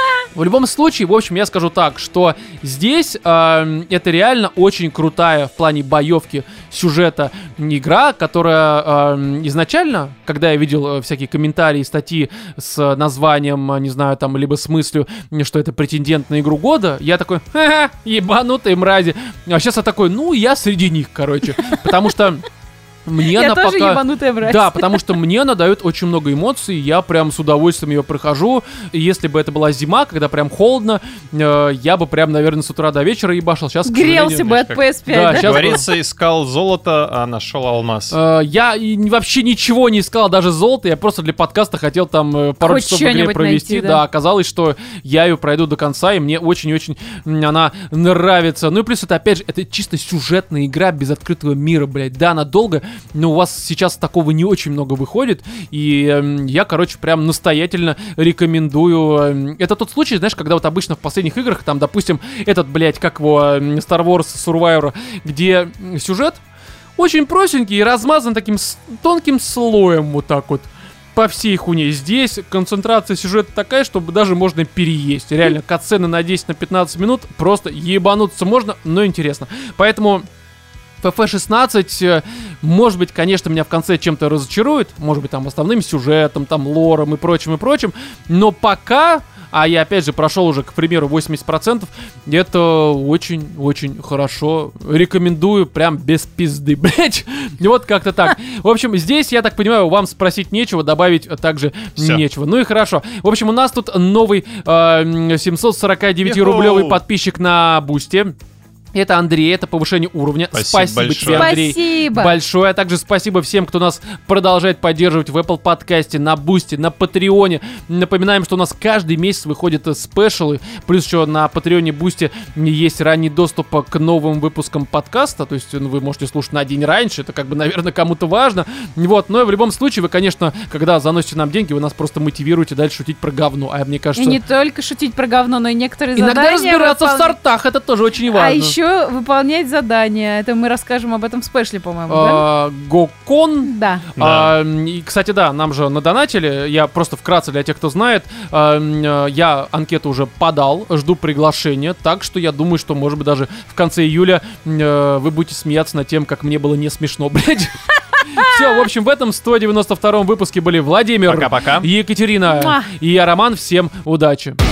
в любом случае, в общем, я скажу так, что здесь э, это реально очень крутая в плане боевки, сюжета игра, которая э, изначально, когда я видел э, всякие комментарии, статьи с названием, э, не знаю, там, либо с мыслью, что это претендент на игру года, я такой, ха-ха, ебанутые мрази. А сейчас я такой, ну, я среди них, короче, потому что мне Я она тоже пока... ебанутая мразь. Да, потому что мне она дает очень много эмоций, я прям с удовольствием ее прохожу. И если бы это была зима, когда прям холодно, э, я бы прям, наверное, с утра до вечера ебашил. Сейчас, к Грелся сожалению, бы от как- пи эс пять, Да, да? щас- Говорится, искал золото, а нашел алмаз. э, я и не- вообще ничего не искал, даже золото. Я просто для подкаста хотел там э, пару Хоть часов в игре что-нибудь провести. найти, да. да. Оказалось, что я ее пройду до конца, и мне очень-очень м, она нравится. Ну и плюс это, опять же, это чисто сюжетная игра без открытого мира, блядь. Да, она долго, но у вас сейчас такого не очень много выходит, и эм, я, короче, прям настоятельно рекомендую. эм, Это тот случай, знаешь, когда вот обычно в последних играх, там, допустим, этот, блядь, как его, эм, Star Wars Survivor, где м, сюжет очень простенький и размазан таким с- тонким слоем вот так вот по всей хуйне. Здесь концентрация сюжета такая, чтобы даже можно переесть. Реально, катсцены на десять-пятнадцать минут, просто ебануться можно, но интересно. Поэтому эф эф шестнадцать, э, может быть, конечно, меня в конце чем-то разочарует, может быть, там основным сюжетом, там лором и прочим, и прочим, но пока, а я опять же прошел уже, к примеру, восемьдесят процентов, это очень-очень хорошо, рекомендую прям без пизды, блять, вот как-то так. В общем, здесь, я так понимаю, вам спросить нечего, добавить также Всё. нечего. Ну и хорошо. В общем, у нас тут новый э, семьсот сорок девять рублевый подписчик на Бусте. Это Андрей, это повышение уровня. Спасибо большое. тебе, Андрей. Спасибо. Большое. А также спасибо всем, кто нас продолжает поддерживать в Apple подкасте, на Бусти, на Патреоне. Напоминаем, что у нас каждый месяц выходят э, спешалы. Плюс еще на Патреоне Бусти есть ранний доступ к новым выпускам подкаста. То есть ну, вы можете слушать на день раньше. Это как бы, наверное, кому-то важно. Вот. Но в любом случае, вы, конечно, когда заносите нам деньги, вы нас просто мотивируете дальше шутить про говно. А мне И кажется... не только шутить про говно, но и некоторые Иногда задания разбираться в выполнять. сортах, это тоже очень важно. А еще выполнять задания. Это мы расскажем об этом в спешле, по-моему, да? А, Гокон. Да. А, и, кстати, да, нам же надонатили. Я просто вкратце для тех, кто знает, а, м, я анкету уже подал, жду приглашения, так что я думаю, что, может быть, даже в конце июля э, вы будете смеяться над тем, как мне было не смешно, блядь. Все, в общем, в этом сто девяносто втором выпуске были Владимир, Пока-пока. Екатерина Муа. и я, Роман. Всем удачи.